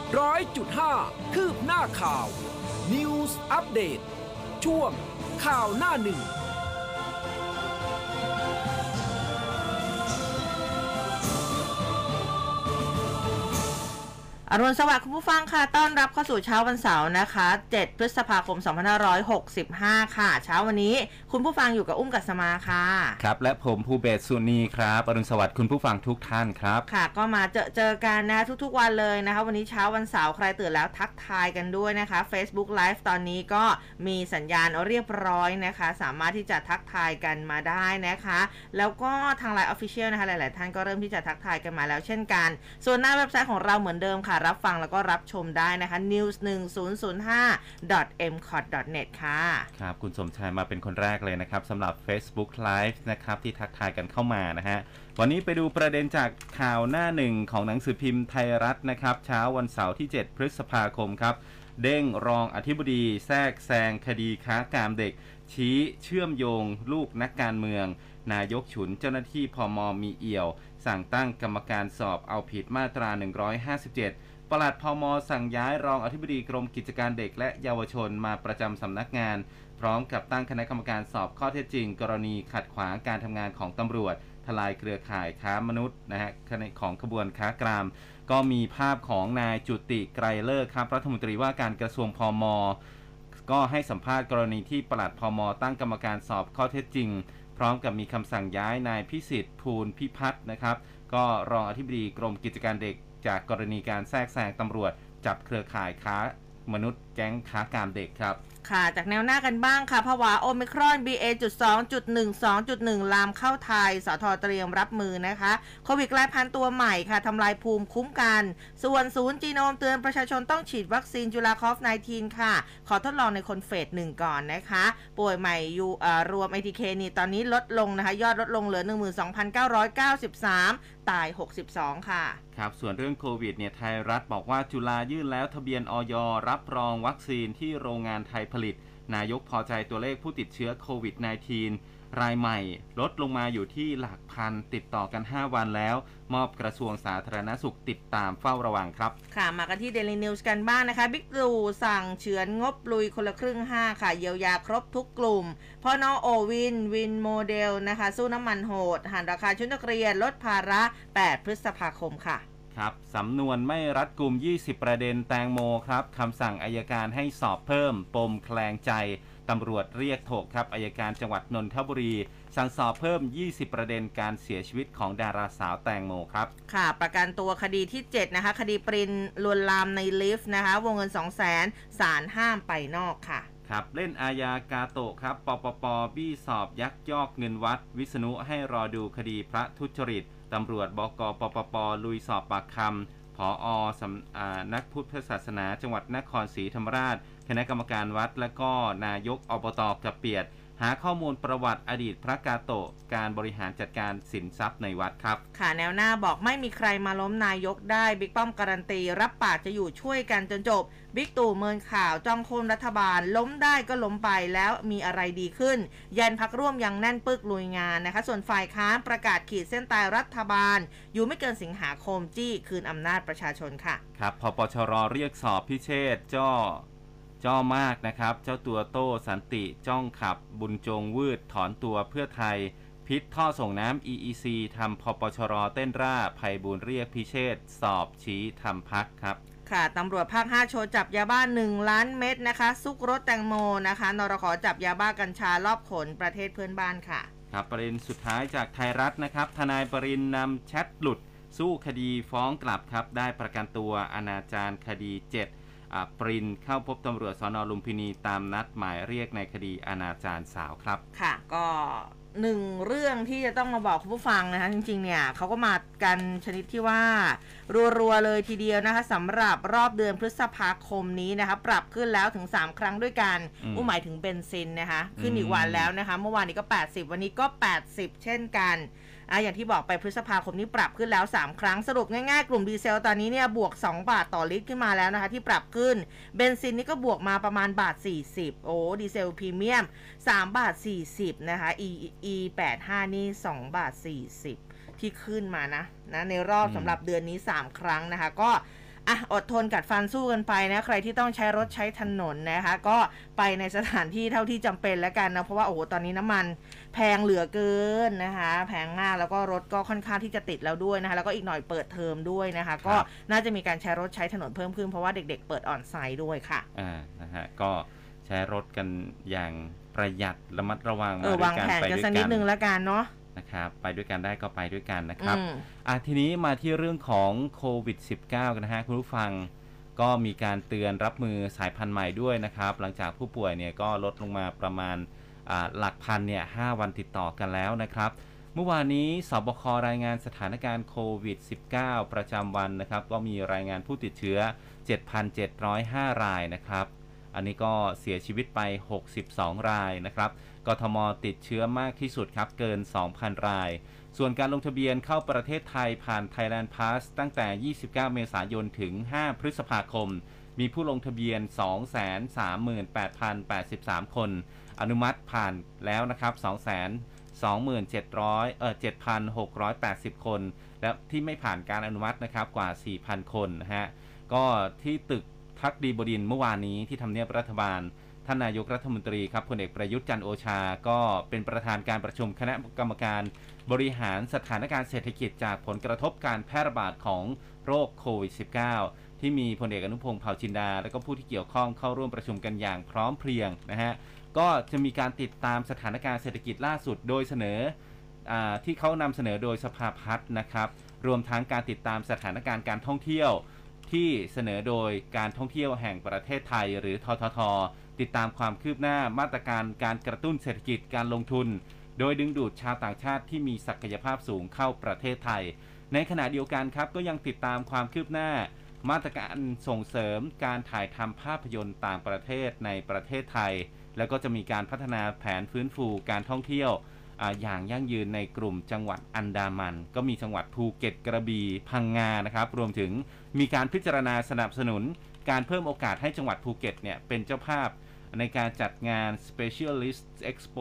100.5 คืบหน้าข่าว News Update ช่วงข่าวหน้าหนึ่งอรุณสวัสดิ์คุณผู้ฟังค่ะต้อนรับเข้าสู่เช้าวันเสาร์นะคะ7พฤษภาคม2565ค่ะเช้าวันนี้คุณผู้ฟังอยู่กับอุ้มกัสมาค่ะครับและผมภูเบศสุนีครับอรุณสวัสดิ์คุณผู้ฟังทุกท่านครับค่ะก็มาเจอกันนะทุกๆวันเลยนะคะวันนี้เช้าวันเสาร์ใครตื่นแล้วทักทายกันด้วยนะคะ Facebook Live ตอนนี้ก็มีสัญญาณเรียบร้อยนะคะสามารถที่จะทักทายกันมาได้นะคะแล้วก็ทาง LINE Official นะคะหลายๆท่านก็เริ่มที่จะทักทายกันมาแล้วเช่นกันส่วนหน้าเว็บไซต์ของเราเหมือนเดิมค่ะรับฟังแล้วก็รับชมได้นะคะ news1005.mcot.net ค่ะครับคุณสมชายมาเป็นคนแรกเลยนะครับสำหรับ Facebook Live นะครับที่ทักทายกันเข้ามานะฮะวันนี้ไปดูประเด็นจากข่าวหน้าหนึ่งของหนังสือพิมพ์ไทยรัฐนะครับเช้าวันเสาร์ที่7พฤษภาคมครับเด้งรองอธิบดีแทรกแซงคดีค้ากามเด็กชี้เชื่อมโยงลูกนักการเมืองนายกฉุนเจ้าหน้าที่พม.มีเอี่ยวสั่งตั้งกรรมการสอบเอาผิดมาตรา157ปลัดพม.สั่งย้ายรองอธิบดีกรมกิจการเด็กและเยาวชนมาประจำสำนักงานพร้อมกับตั้งคณะกรรมการสอบข้อเท็จจริงกรณีขัดขวางการทำงานของตำรวจทลายเครือข่ายค้ามนุษย์นะฮะของขบวนค้ากรามก็มีภาพของนายจุติไกรเลิกครับรัฐมนตรีว่าการกระทรวงพม.ก็ให้สัมภาษณ์กรณีที่ปลัดพม.ตั้งกรรมการสอบข้อเท็จจริงพร้อมกับมีคำสั่งย้ายนายพิสิทธิ์ภูลพิพัฒน์นะครับก็รองอธิบดีกรมกิจการเด็กจากกรณีการแทรกแซงตำรวจจับเครือข่ายค้ามนุษย์แก๊งค้ากามเด็กครับค่ะจากแนวหน้ากันบ้างค่ะภาวะโอมิครอน BA.2.12.1 ลามเข้าไทยสท.เตรียมรับมือนะคะโควิดกลายพันธุ์ตัวใหม่ค่ะทำลายภูมิคุ้มกันส่วนศูนย์จีโนมเตือนประชาชนต้องฉีดวัคซีนจุฬาคอฟ19ค่ะขอทดลองในคนเฟส1ก่อนนะคะป่วยใหม่อยู่รวม ATK นี่ตอนนี้ลดลงนะคะยอดลดลงเหลือ 12,993 ตาย62ค่ะครับส่วนเรื่องโควิดเนี่ยไทยรัฐบอกว่าจุฬายื่นแล้วทะเบียนอย.รับรองวัคซีนที่โรงงานไทยผลิตนายกพอใจตัวเลขผู้ติดเชื้อโควิด -19 รายใหม่ลดลงมาอยู่ที่หลักพันติดต่อกัน5วันแล้วมอบกระทรวงสาธารณสุขติดตามเฝ้าระวังครับค่ะมากันที่ Daily News กันบ้างนะคะบิ๊กตู่สั่งเฉือนงบลุยคนละครึ่ง5ค่ะเยียวยาครบทุกกลุ่มพ่อน้องโอวินโมเดลนะคะสู้น้ำมันโหดหันราคาชุดนักเรียนลดภาระ8พฤษภาคมค่ะครับสำนวนไม่รัดกุม20ประเด็นแตงโมครับคำสั่งอัยการให้สอบเพิ่มปมแคลงใจตำรวจเรียกถกครับอัยการจังหวัดนนทบุรีสั่งสอบเพิ่ม20ประเด็นการเสียชีวิตของดาราสาวแตงโมครับค่ะประกันตัวคดีที่7นะคะคดีปรินลวนลามในลิฟต์นะคะวงเงิน 200,000 ศาลห้ามไปนอกค่ะครับเล่นอาญากาโตะครับปปป.บี้สอบยักยอกเงินวัดวิษณุให้รอดูคดีพระทุจริตตำรวจบก.ปปป.ลุยสอบปากคำผอ.นักพุทธศาสนาจังหวัดนครศรีธรรมราชคณะกรรมการวัดและก็นายกอบต.กระเปียดหาข้อมูลประวัติอดีตพระกาโตะการบริหารจัดการสินทรัพย์ในวัดครับค่ะแนวหน้าบอกไม่มีใครมาล้มนายกได้บิ๊กป้อมการันตีรับปากจะอยู่ช่วยกันจนจบบิ๊กตู่เมินข่าวจ้องโค่นรัฐบาลล้มได้ก็ล้มไปแล้วมีอะไรดีขึ้นยันพักร่วมยังแน่นปึกลุยงานนะคะส่วนฝ่ายค้านประกาศขีดเส้นตายรัฐบาลอยู่ไม่เกินสิงหาคมจี้คืนอำนาจประชาชนค่ะครับพปชร.เรียกสอบพิเชษจ้อมากนะครับเจ้าตัวโต้สันติจ้องขับบุญจงวืดถอนตัวเพื่อไทยพิษท่อส่งน้ำ EEC ทำพปชร.เต้นร่าไพบูลย์เรียกพิเชษสอบชี้ทำพักครับค่ะตำรวจภาค5โชว์จับยาบ้า1 ล้านเม็ดนะคะซุกรถแตงโมนะคะนรข.จับยาบ้ากัญชารอบขนประเทศเพื่อนบ้านค่ะครับประเด็นสุดท้ายจากไทยรัฐนะครับทนายปรินนำแชทหลุดสู้คดีฟ้องกลับครับได้ประกันตัวอนาจารคดี7ปรินเข้าพบตำรวจสน.ลุมพินีตามนัดหมายเรียกในคดีอนาจารสาวครับค่ะก็หนึ่งเรื่องที่จะต้องมาบอกคุณผู้ฟังนะคะจริงๆเนี่ยเขาก็มากันชนิดที่ว่ารัวๆเลยทีเดียวนะคะสำหรับรอบเดือนพฤษภาคมนี้นะคะปรับขึ้นแล้วถึง3ครั้งด้วยกันหมายถึงเบนซินนะคะขึ้นอีกวันแล้วนะคะเมื่อวานนี้ก็80วันนี้ก็80เช่นกันอย่างที่บอกไปพฤษภาคมนี้ปรับขึ้นแล้ว3ครั้งสรุปง่ายๆกลุ่มดีเซลตอนนี้เนี่ยบวก2 บาทต่อลิตรขึ้นมาแล้วนะคะที่ปรับขึ้นเบนซินนี่ก็บวกมาประมาณ1.40 บาทโอ้ดีเซลพรีเมียม3.40 บาทนะคะE85 นี่2.40 บาทที่ขึ้นมานะในรอบสำหรับเดือนนี้3ครั้งนะคะก็อดทนกัดฟันสู้กันไปนะใครที่ต้องใช้รถใช้ถนนนะคะก็ไปในสถานที่เท่าที่จำเป็นแล้วกันนะเพราะว่าโอ้โหตอนนี้น้ำมันแพงเหลือเกินนะคะแพงมากแล้วก็รถก็ค่อนข้างที่จะติดแล้วด้วยนะคะแล้วก็อีกหน่อยเปิดเทอมด้วยนะคะก็น่าจะมีการใช้รถใช้ถนนเพิ่มขึ้นเพราะว่าเด็กๆเปิดออนไซต์ด้วยค่ะนะฮะก็ใช้รถกันอย่างประหยัดระมัดระวังมาด้วยกันไปด้วยกันสักนิดนึงแล้วกันเนาะนะครับไปด้วยกันได้ก็ไปด้วยกันนะครับทีนี้มาที่เรื่องของโควิด -19 กันนะฮะคุณผู้ฟังก็มีการเตือนรับมือสายพันธุ์ใหม่ด้วยนะครับหลังจากผู้ป่วยเนี่ยก็ลดลงมาประมาณหลักพันเนี่ย5 วันติดต่อกันแล้วนะครับเมื่อวานนี้สบครายงานสถานการณ์โควิด -19 ประจำวันนะครับก็มีรายงานผู้ติดเชื้อ 7,705 รายนะครับอันนี้ก็เสียชีวิตไป62รายนะครับกทมติดเชื้อมากที่สุดครับเกิน 2,000 รายส่วนการลงทะเบียนเข้าประเทศไทยผ่าน Thailand Pass ตั้งแต่ 29 เมษายนถึง 5 พฤษภาคมมีผู้ลงทะเบียน 238,083 คนอนุมัติผ่านแล้วนะครับ 7,680 คนและที่ไม่ผ่านการอนุมัตินะครับกว่า 4,000 คนนะฮะก็ที่ตึกพักดีบดินทร์เมื่อวานนี้ที่ทำเนียบรัฐบาลท่านนายกรัฐมนตรีครับพลเอกประยุทธ์จันทร์โอชาก็เป็นประธานการประชุมคณะกรรมการบริหารสถานการณ์เศรษฐกิจจากผลกระทบการแพร่ระบาดของโรคโควิด -19 ที่มีพลเอกอนุพงษ์เผ่าจินดาและก็ผู้ที่เกี่ยวข้องเข้าร่วมประชุมกันอย่างพร้อมเพรียงนะฮะก็จะมีการติดตามสถานการณ์เศรษฐกิจล่าสุดโดยเสนอที่เขานำเสนอโดยสภาพัฒน์นะครับรวมทั้งการติดตามสถานการณ์การท่องเที่ยวที่เสนอโดยการท่องเที่ยวแห่งประเทศไทยหรือททท.ติดตามความคืบหน้ามาตรการการกระตุ้นเศรษฐกิจการลงทุนโดยดึงดูดชาวต่างชาติที่มีศักยภาพสูงเข้าประเทศไทยในขณะเดียวกันครับก็ยังติดตามความคืบหน้ามาตรการส่งเสริมการถ่ายทำภาพยนตร์ต่างประเทศในประเทศไทยแล้วก็จะมีการพัฒนาแผนฟื้นฟูการท่องเที่ยวอย่างยั่งยืนในกลุ่มจังหวัดอันดามันก็มีจังหวัดภูเก็ตกระบี่พังงานะครับรวมถึงมีการพิจารณาสนับสนุนการเพิ่มโอกาสให้จังหวัดภูเก็ตเนี่ยเป็นเจ้าภาพในการจัดงาน Specialist Expo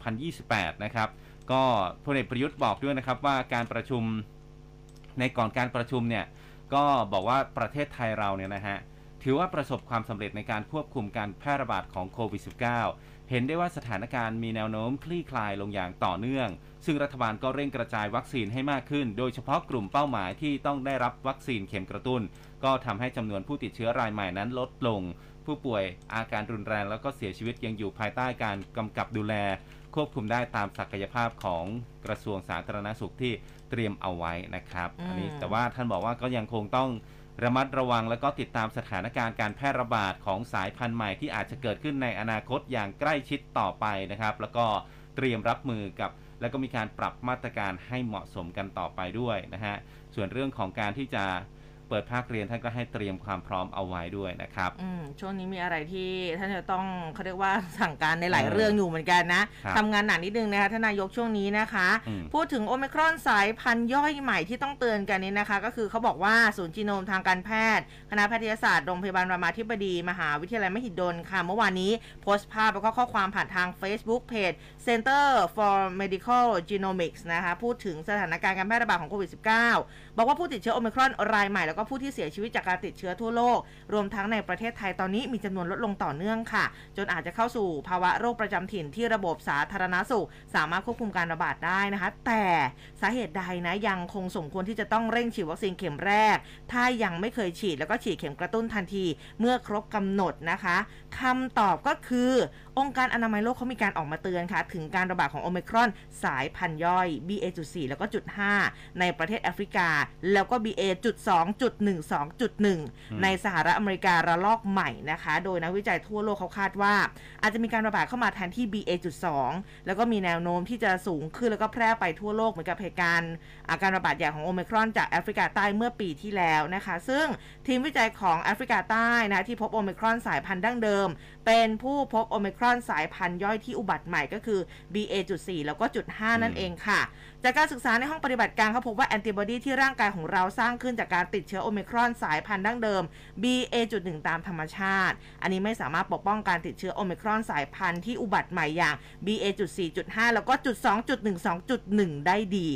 2028 นะครับก็พลเอกประยุทธ์บอกด้วยนะครับว่าการประชุมในก่อนการประชุมเนี่ยก็บอกว่าประเทศไทยเราเนี่ยนะฮะถือว่าประสบความสำเร็จในการควบคุมการแพร่ระบาดของโควิด -19 เห็นได้ว่าสถานการณ์มีแนวโน้มคลี่คลายลงอย่างต่อเนื่องซึ่งรัฐบาลก็เร่งกระจายวัคซีนให้มากขึ้นโดยเฉพาะกลุ่มเป้าหมายที่ต้องได้รับวัคซีนเข็มกระตุ้นก็ทำให้จำนวนผู้ติดเชื้อรายใหม่นั้นลดลงผู้ป่วยอาการรุนแรงแล้วก็เสียชีวิตยังอยู่ภายใต้การกำกับดูแลควบคุมได้ตามศักยภาพของกระทรวงสาธารณสุขที่เตรียมเอาไว้นะครับอันนี้แต่ว่าท่านบอกว่าก็ยังคงต้องระมัดระวังแล้วก็ติดตามสถานการณ์การแพร่ระบาดของสายพันธุ์ใหม่ที่อาจจะเกิดขึ้นในอนาคตอย่างใกล้ชิดต่อไปนะครับแล้วก็เตรียมรับมือกับแล้วก็มีการปรับมาตรการให้เหมาะสมกันต่อไปด้วยนะฮะส่วนเรื่องของการที่จะเปิดภาคเรียนท่านก็ให้เตรียมความพร้อมเอาไว้ด้วยนะครับช่วงนี้มีอะไรที่ท่านจะต้องเขาเรียกว่าสั่งการในหลายเรื่องอยู่เหมือนกันนะทำงานหนักนิดนึงนะคะท่านนายกช่วงนี้นะคะพูดถึงโอมิครอนสายพันธุ์ย่อยใหม่ที่ต้องเตือนกันนี้นะคะก็คือเขาบอกว่าศูนย์จีโนมทางการแพทย์คณะแพทยศาสตร์โรงพยาบาลรามาธิบดีมหาวิทยาลัยมหิดลค่ะเมื่อวานนี้โพสต์ภาพแล้วก็ข้อความผ่านทาง Facebook Page Center for Medical Genomics นะคะพูดถึงสถานการณ์การแพร่ระบาดของโควิด -19 บอกว่าผู้ติดเชื้อโอมิครอนรายใหม่แล้วก็ผู้ที่เสียชีวิตจากการติดเชื้อทั่วโลกรวมทั้งในประเทศไทยตอนนี้มีจำนวนลดลงต่อเนื่องค่ะจนอาจจะเข้าสู่ภาวะโรคประจำถิ่นที่ระบบสาธารณสุขสามารถควบคุมการระบาดได้นะคะแต่สาเหตุใดนะยังคงสมควรที่จะต้องเร่งฉีดวัคซีนเข็มแรกถ้ายังไม่เคยฉีดแล้วก็ฉีดเข็มกระตุ้นทันทีเมื่อครบกำหนดนะคะคำตอบก็คือองค์การอนามัยโลกเขามีการออกมาเตือนค่ะถึงการระบาดของโอมิครอนสายพันธุ์ย่อย BA.4 แล้วก็ .5 ในประเทศแอฟริกาแล้วก็ BA.2.12.1 ในสหรัฐอเมริการะลอกใหม่นะคะโดยนักวิจัยทั่วโลกเขาคาดว่าอาจจะมีการระบาดเข้ามาแทนที่ BA.2 แล้วก็มีแนวโน้มที่จะสูงขึ้นแล้วก็แพร่ไปทั่วโลกเหมือนกับเหตุการณ์การระบาดใหญ่ของโอมิครอนจากแอฟริกาใต้เมื่อปีที่แล้วนะคะซึ่งทีมวิจัยของแอฟริกาใต้นะที่พบโอมิครอนสายพันธุ์ดั้งเดิมเป็นผู้พบโอมิครอนสายพันธุ์ย่อยที่อุบัติใหม่ก็คือ BA.4 แล้วก็ .5 นั่นเองค่ะจากการศึกษาในห้องปฏิบัติการเขาพบว่าแอนติบอดีที่ร่างกายของเราสร้างขึ้นจากการติดเชื้อโอมิครอนสายพันธุ์ดั้งเดิม BA.1 ตามธรรมชาติอันนี้ไม่สามารถปกป้องการติดเชื้อโอมิครอนสายพันธุ์ที่อุบัติใหม่อย่าง BA.4.5 แล้วก็ .2.12.1 ได้ดี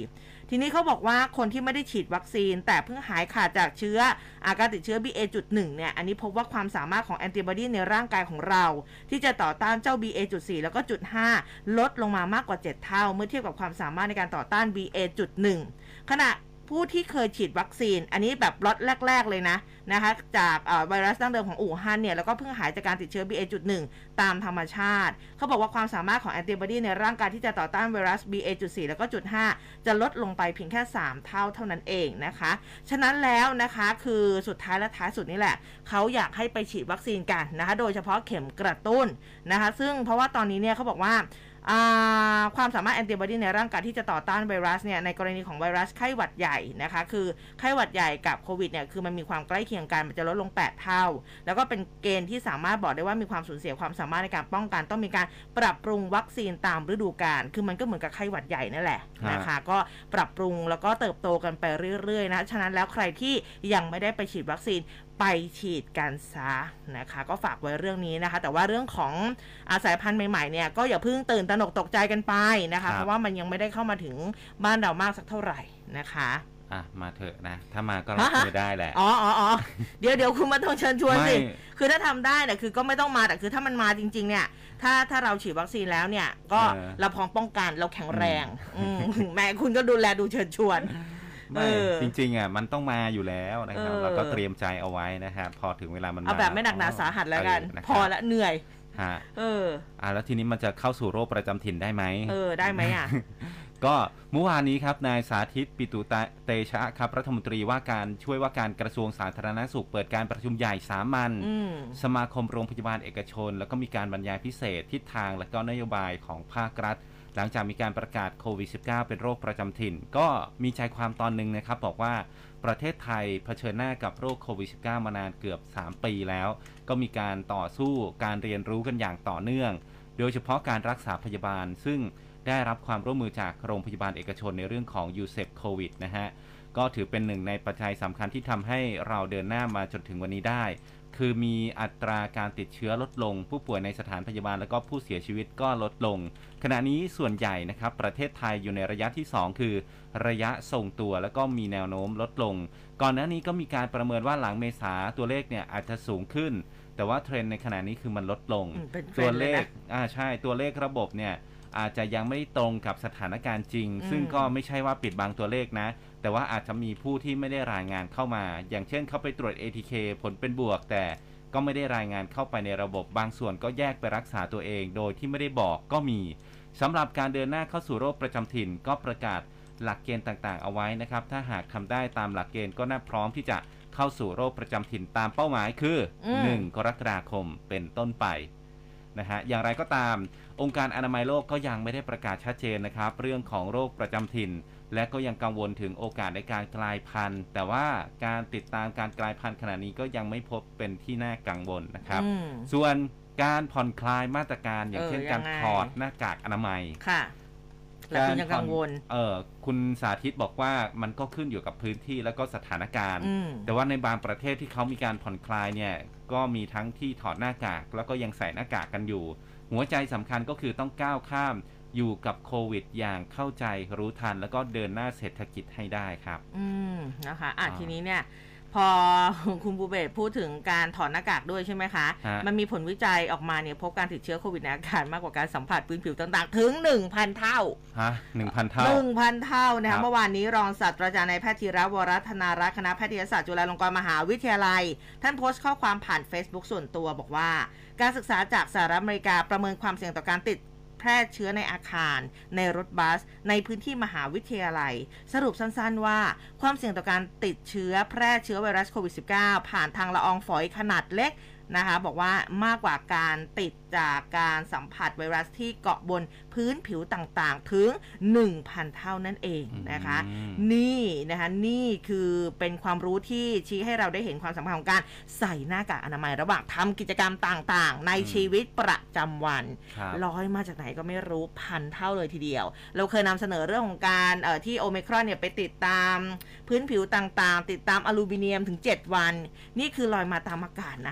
ทีนี้เขาบอกว่าคนที่ไม่ได้ฉีดวัคซีนแต่เพิ่งหายขาดจากเชื้ออาการติดเชื้อ BA.1 เนี่ยอันนี้พบว่าความสามารถของแอนติบอดีในร่างกายของเราที่จะต่อต้านเจ้า BA.4 แล้วก็ .5 ลดลงมามากกว่า7เท่าเมื่อเทียบกับความสามารถในการต่อต้าน BA.1 ขณะผู้ที่เคยฉีดวัคซีนอันนี้แบบล็อตแรกๆเลยนะคะจากไวรัสดั้งเดิมของอู่ฮั่นเนี่ยแล้วก็เพิ่งหายจากการติดเชื้อ BA.1 ตามธรรมชาติเขาบอกว่าความสามารถของแอนติบอดีในร่างกายที่จะต่อต้านไวรัส BA.4 แล้วก็ .5 จะลดลงไปเพียงแค่3เท่าเท่านั้นเองนะคะฉะนั้นแล้วนะคะคือสุดท้ายและท้ายสุดนี่แหละเขาอยากให้ไปฉีดวัคซีนกันนะคะโดยเฉพาะเข็มกระตุ้นนะคะซึ่งเพราะว่าตอนนี้เนี่ยเขาบอกว่าความสามารถแอนติบอดีในร่างกายที่จะต่อต้านไวรัสเนี่ยในกรณีของไวรัสไข้หวัดใหญ่นะคะคือไข้หวัดใหญ่กับโควิดเนี่ยคือมันมีความใกล้เคียงกันมันจะลดลง8เท่าแล้วก็เป็นเกณฑ์ที่สามารถบอกได้ว่ามีความสูญเสียความสามารถในการป้องกันต้องมีการปรับปรุงวัคซีนตามฤดูกาลคือมันก็เหมือนกับไข้หวัดใหญ่นั่นแหละนะคะก็ปรับปรุงแล้วก็เติบโตกันไปเรื่อยๆนะฉะนั้นแล้วใครที่ยังไม่ได้ไปฉีดวัคซีนไปฉีดกันซะนะคะก็ฝากไว้เรื่องนี้นะคะแต่ว่าเรื่องของสายพันธุ์ใหม่ๆเนี่ยก็อย่าเพิ่งตื่นตระหนกตกใจกันไปนะคะเพราะว่ามันยังไม่ได้เข้ามาถึงบ้านเรามากสักเท่าไหร่นะคะมาเถอะนะถ้ามาก็รับมือได้แหละอ๋อเดี๋ยวคุณมาต้องเชิญชวนสิคือถ้าทำได้เนี่ยคือก็ไม่ต้องมาแต่คือถ้ามันมาจริงๆเนี่ยถ้าเราฉีดวัคซีนแล้วเนี่ยก็เราพร้อมป้องกันเราแข็งแรงแม่คุณก็ดูแลดูเชิญชวนไม่จริงๆมันต้องมาอยู่แล้วนะครับเราก็เตรียมใจเอาไว้นะครับพอถึงเวลามันมาเอาแบบไม่หนักหนาสาหัสแล้วกันพอละเหนื่อยแล้วทีนี้มันจะเข้าสู่โรคประจำถิ่นได้ไหมได้ไหมก็เมื่อวานนี้ครับนายสาธิตปิตุเตชะครับรัฐมนตรีว่าการกระทรวงสาธารณสุขเปิดการประชุมใหญ่สามัญสมาคมโรงพยาบาลเอกชนแล้วก็มีการบรรยายพิเศษทิศทางและก็นโยบายของภาครัฐหลังจากมีการประกาศโควิด -19 เป็นโรคประจำถิ่นก็มีใจความตอนหนึ่งนะครับบอกว่าประเทศไทยเผชิญหน้ากับโรคโควิด -19 มานานเกือบ3ปีแล้วก็มีการต่อสู้การเรียนรู้กันอย่างต่อเนื่องโดยเฉพาะการรักษาพยาบาลซึ่งได้รับความร่วมมือจากโรงพยาบาลเอกชนในเรื่องของยูเซปโควิดนะฮะก็ถือเป็นหนึ่งในปัจจัยสำคัญที่ทำให้เราเดินหน้ามาจนถึงวันนี้ได้คือมีอัตราการติดเชื้อลดลงผู้ป่วยในสถานพยาบาลแล้วก็ผู้เสียชีวิตก็ลดลงขณะนี้ส่วนใหญ่นะครับประเทศไทยอยู่ในระยะที่2คือระยะทรงตัวแล้วก็มีแนวโน้มลดลงก่อนหน้านี้ก็มีการประเมินว่าหลังเมษาตัวเลขเนี่ยอาจจะสูงขึ้นแต่ว่าเทรนด์ในขณะนี้คือมันลดลงตัวเลขใช่ตัวเลขระบบเนี่ยอาจจะยังไม่ตรงกับสถานการณ์จริงซึ่งก็ไม่ใช่ว่าปิดบังตัวเลขนะแต่ว่าอาจจะมีผู้ที่ไม่ได้รายงานเข้ามาอย่างเช่นเข้าไปตรวจ ATK ผลเป็นบวกแต่ก็ไม่ได้รายงานเข้าไปในระบบบางส่วนก็แยกไปรักษาตัวเองโดยที่ไม่ได้บอกก็มีสำหรับการเดินหน้าเข้าสู่โรคประจำถิ่นก็ประกาศหลักเกณฑ์ต่างๆเอาไว้นะครับถ้าหากทำได้ตามหลักเกณฑ์ก็น่าพร้อมที่จะเข้าสู่โรคประจำถิ่นตามเป้าหมายคือ1 กรกฎาคมเป็นต้นไปนะฮะอย่างไรก็ตามองค์การอนามัยโลกก็ยังไม่ได้ประกาศชัดเจนนะครับเรื่องของโรคประจำถิ่นและก็ยังกังวลถึงโอกาสในการกลายพันธุ์แต่ว่าการติดตามการกลายพันธุ์ขณะนี้ก็ยังไม่พบเป็นที่น่ากังวลนะครับส่วนการผ่อนคลายมาตรการอย่างเช่นการถอดหน้ากากอนามัยค่ะแล้วคุณยังกังวลคุณสาธิตบอกว่ามันก็ขึ้นอยู่กับพื้นที่แล้วก็สถานการณ์แต่ว่าในบางประเทศที่เขามีการผ่อนคลายเนี่ยก็มีทั้งที่ถอดหน้ากากแล้วก็ยังใส่หน้ากากกันอยู่หัวใจสำคัญก็คือต้องก้าวข้ามอยู่กับโควิดอย่างเข้าใจรู้ทันแล้วก็เดินหน้าเศรษฐกิจให้ได้ครับนะคะทีนี้เนี่ยพอคุณบูเบศพูดถึงการถอดหน้ากากด้วยใช่ไหมคะมันมีผลวิจัยออกมาเนี่ยพบการติดเชื้อโควิดในอากาศมากกว่าการสัมผัสพื้นผิวต่างๆถึง 1,000 เท่า 1,000 เท่า 1,000 เท่านะคะเมื่อวานนี้รองศาสตราจารย์นายแพทย์ธีระวรัธนารักษ์คณะแพทยศาสตร์จุฬาลงกรณ์มหาวิทยาลัยท่านโพสต์ข้อความผ่าน Facebook ส่วนตัวบอกว่าการศึกษาจากสหรัฐอเมริกาประเมินความเสี่ยงต่อการติดแพร่เชื้อในอาคารในรถบัสในพื้นที่มหาวิทยาลัยสรุปสั้นๆว่าความเสี่ยงต่อการติดเชื้อแพร่เชื้อไวรัสโควิด -19 ผ่านทางละอองฝอยขนาดเล็กนะคะบอกว่ามากกว่าการติดจากการสัมผัสไวรัสที่เกาะบนพื้นผิวต่างๆถึง 1,000 เท่านั่นเองนะคะนี่นะคะนี่คือเป็นความรู้ที่ชี้ให้เราได้เห็นความสำคัญของการใส่หน้ากากอนามัยระหว่างทำกิจกรรมต่างๆในชีวิตประจำวันร้อยมาจากไหนก็ไม่รู้1,000 เท่าเลยทีเดียวเราเคยนำเสนอเรื่องของการที่โอไมครอนเนี่ยไปติดตามพื้นผิวต่างๆติดตามอลูมิเนียมถึง7 วันนี่คือลอยมาตามอากาศนะ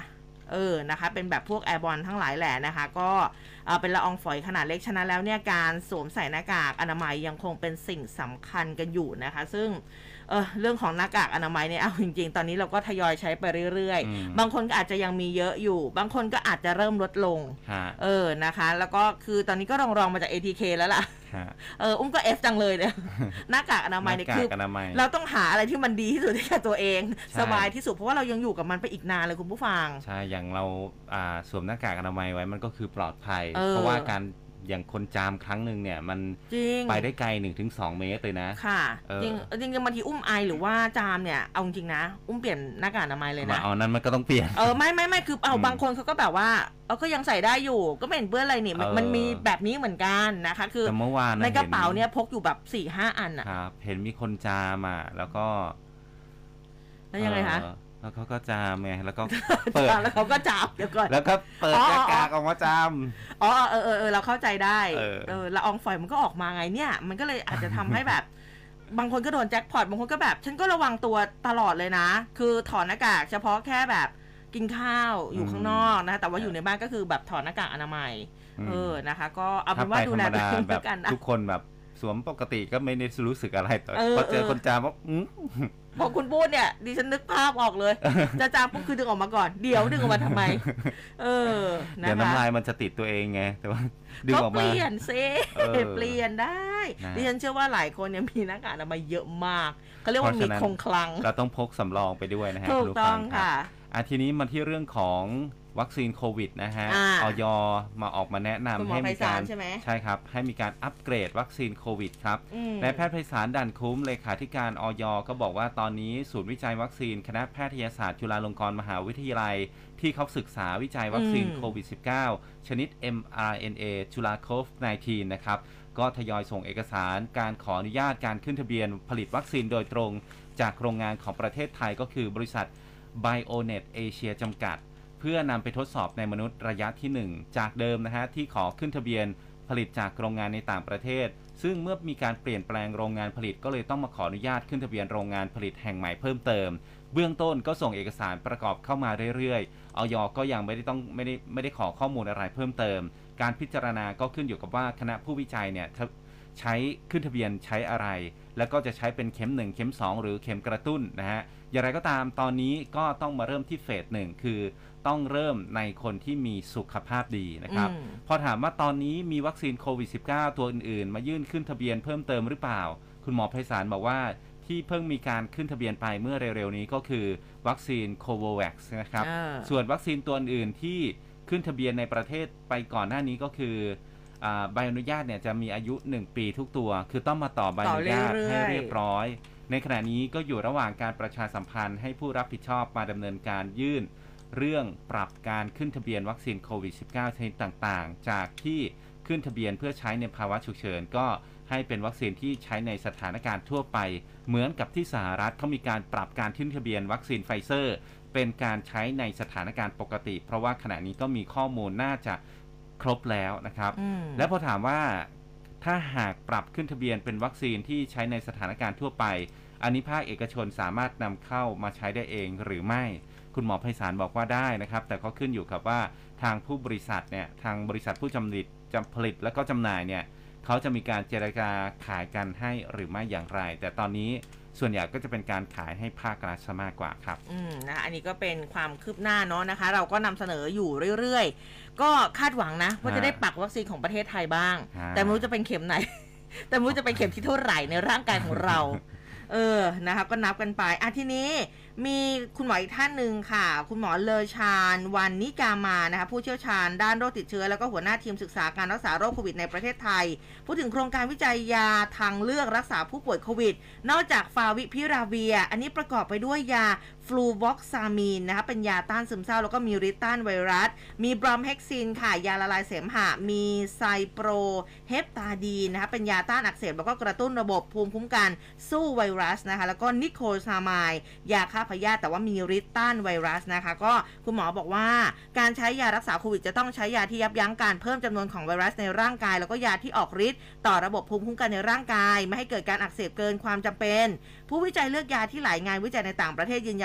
นะคะเป็นแบบพวกแอร์บอลทั้งหลายแหละนะคะก็เป็นละอองฝอยขนาดเล็กฉะนั้นแล้วเนี่ยการสวมใส่หน้ากากอนามัยยังคงเป็นสิ่งสำคัญกันอยู่นะคะซึ่งเรื่องของหน้ากากอนามัยเนี่ยเอาจริงๆตอนนี้เราก็ทยอยใช้ไปเรื่อยๆบางคนก็อาจจะยังมีเยอะอยู่บางคนก็อาจจะเริ่มลดลงนะคะแล้วก็คือตอนนี้ก็รองมาจาก ATK แล้วล่ะอุ้มก็ F จังเลยเนี่ยหน้ากากอนามัยเนี่ยคือเราต้องหาอะไรที่มันดีที่สุดให้กับตัวเองสบายที่สุดเพราะว่าเรายังอยู่กับมันไปอีกนานเลยคุณผู้ฟังใช่อย่างเราสวมหน้ากากอนามัยไว้มันก็คือปลอดภัยเพราะว่าการอย่างคนจามครั้งหนึ่งเนี่ยมันไปได้ไกล 1-2 เมตรเลยนะค่ะจริงบางทีอุ้มไอหรือว่าจามเนี่ยเอาจริงนะอุ้มเปลี่ยนหน้ากากอนามัยเลยนะนั้นมันก็ต้องเปลี่ยนไม่คือบางคนเขาก็แบบว่าก็ยังใส่ได้อยู่ก็ไม่เห็นเปื้อนอะไรนี่มันมีแบบนี้เหมือนกันนะคะคือเมื่อวานในกระเป๋าเนี่ยพกอยู่แบบ 4-5 อันครับเห็นมีคนจามแล้วก็ยังไงคะแล้วเขาก็จามไงแล้วก็เปิดแล้วเขาก็จามเดี๋ยวก่อนแล้วก็เปิดหน้ากากออกมาจามเราเข้าใจได้ละอองฝอยมันก็ออกมาไงเนี่ยมันก็เลยอาจจะทำให้แบบบางคนก็โดนแจ็คพอตบางคนก็แบบฉันก็ระวังตัวตลอดเลยนะคือถอดหน้ากากเฉพาะแค่แบบกินข้าวอยู่ข้างนอกนะแต่ว่าอยู่ในบ้านก็คือแบบถอดหน้ากากอนามัยนะคะก็เอาเป็นว่าดูแลตัวเองกันนะทุกคนแบบสวมปกติก็ไม่ได้รู้สึกอะไรแต่พอเจอคนจามว่าพอคุณพูดเนี่ยดิฉันนึกภาพออกเลยจะจามปุ๊บคือดึงออกมาก่อนเดี๋ยวดึงออกมาทำไมนะคะเดี๋ยวน้ำลายมันจะติดตัวเองไงแต่ว่าดึงออกมาเปลี่ยนซิเปลี่ยนได้ดิฉันเชื่อว่าหลายคนเนี่ยมีหน้ากากอนามัยเยอะมากเขาเรียกว่ามีคงคลังเราต้องพกสำรองไปด้วยนะฮะถูกต้องค่ะทีนี้มาที่เรื่องของวัคซีนโควิดนะฮะอย.มาออกมาแนะนำให้มีการใช่ครับให้มีการอัปเกรดวัคซีนโควิดครับนายแพทย์ไพศาลด่านคุ้มเลขาธิการอย.ก็บอกว่าตอนนี้ศูนย์วิจัยวัคซีนคณะแพทยศาสตร์จุฬาลงกรณ์มหาวิทยาลัยที่เขาศึกษาวิจัยวัคซีนโควิด -19 ชนิด mRNA จุฬาโคฟ -19 นะครับก็ทยอยส่งเอกสารการขออนุญาตการขึ้นทะเบียนผลิตวัคซีนโดยตรงจากโรงงานของประเทศไทยก็คือบริษัท Bionet Asia จำกัดเพื่อนำไปทดสอบในมนุษย์ระยะที่ 1จากเดิมนะฮะที่ขอขึ้นทะเบียนผลิตจากโรงงานในต่างประเทศซึ่งเมื่อมีการเปลี่ยนแปลงโรงงานผลิตก็เลยต้องมาขออนุญาตขึ้นทะเบียนโรงงานผลิตแห่งใหม่เพิ่มเติมเบื้องต้นก็ส่งเอกสารประกอบเข้ามาเรื่อยๆอย.ก็ยังไม่ได้ขอข้อมูลอะไรเพิ่มเติมการพิจารณาก็ขึ้นอยู่กับว่าคณะผู้วิจัยเนี่ยใช้ขึ้นทะเบียนใช้อะไรแล้วก็จะใช้เป็นเข็ม1เข็ม2หรือเข็มกระตุ้นนะฮะอย่างไรก็ตามตอนนี้ก็ต้องมาเริ่มที่เฟส1คือต้องเริ่มในคนที่มีสุขภาพดีนะครับพอถามว่าตอนนี้มีวัคซีนโควิด -19 ตัวอื่นๆมายื่นขึ้นทะเบียนเพิ่มเติมหรือเปล่าคุณหมอไพศาลบอกว่าที่เพิ่งมีการขึ้นทะเบียนไปเมื่อเร็วๆนี้ก็คือวัคซีนโคโวแว็กซ์นะครับส่วนวัคซีนตัวอื่นที่ขึ้นทะเบียนในประเทศไปก่อนหน้านี้ก็คือใบอนุญาตเนี่ยจะมีอายุ1ปีทุกตัวคือต้องมาต่อใบอนุญาตให้เรียบร้อยในขณะนี้ก็อยู่ระหว่างการประชาสัมพันธ์ให้ผู้รับผิดชอบมาดำเนินการยื่นเรื่องปรับการขึ้นทะเบียนวัคซีนโควิด -19 ชนิดต่างๆจากที่ขึ้นทะเบียนเพื่อใช้ในภาวะฉุกเฉินก็ให้เป็นวัคซีนที่ใช้ในสถานการณ์ทั่วไปเหมือนกับที่สหรัฐเขามีการปรับการขึ้นทะเบียนวัคซีนไฟเซอร์เป็นการใช้ในสถานการณ์ปกติเพราะว่าขณะนี้ก็มีข้อมูลน่าจะครบแล้วนะครับและพอถามว่าถ้าหากปรับขึ้นทะเบียนเป็นวัคซีนที่ใช้ในสถานการณ์ทั่วไปอันนี้ภาคเอกชนสามารถนำเข้ามาใช้ได้เองหรือไม่คุณหมอไพศาลบอกว่าได้นะครับแต่ก็ขึ้นอยู่กับว่าทางผู้บริษัทเนี่ยทางบริษัทผู้ผลิตและก็จำหน่ายเนี่ยเขาจะมีการเจรจาขายกันให้หรือไม่อย่างไรแต่ตอนนี้ส่วนใหญ่ก็จะเป็นการขายให้ภาครัฐมากกว่าครับนะอันนี้ก็เป็นความคืบหน้าเนาะนะคะเราก็นำเสนออยู่เรื่อยๆก็คาดหวังนะว่าจะได้ปักวัคซีนของประเทศไทยบ้างแต่ไม่รู้จะเป็นเข็มไหนแต่ไม่รู้จะเป็นเข็มที่เท่าไหร่ในร่างกายของเรานะคะก็นับกันไปทีนี้มีคุณหมออีกท่านหนึ่งค่ะคุณหมอเลอชาญวันนิกามานะคะผู้เชี่ยวชาญด้านโรคติดเชื้อแล้วก็หัวหน้าทีมศึกษาการรักษาโรคโควิดในประเทศไทยพูดถึงโครงการวิจัยยาทางเลือกรักษาผู้ป่วยโควิดนอกจากฟาวิพิราเวียอันนี้ประกอบไปด้วยยาฟลูวอกซามีนนะคะเป็นยาต้านซึมเศร้าแล้วก็มีฤทธิ์ต้านไวรัสมีบรอมเฮกซินค่ะยาละลายเสมหะมีไซโปรเฮปตาดีนนะคะเป็นยาต้านอักเสบแล้วก็กระตุ้นระบบภูมิคุ้มกันสู้ไวรัสนะคะแล้วก็นิโคซามายยาฆ่าพยาธิแต่ว่ามีฤทธิ์ต้านไวรัสนะคะก็คุณหมอบอกว่าการใช้ยารักษาโควิดจะต้องใช้ยาที่ยับยั้งการเพิ่มจำนวนของไวรัสในร่างกายแล้วก็ยาที่ออกฤทธิ์ต่อระบบภูมิคุ้มกันในร่างกายไม่ให้เกิดการอักเสบเกินความจำเป็นผู้วิจัยเลือกยาที่หลายงานวิจัยในต่างประเทศยืนยัน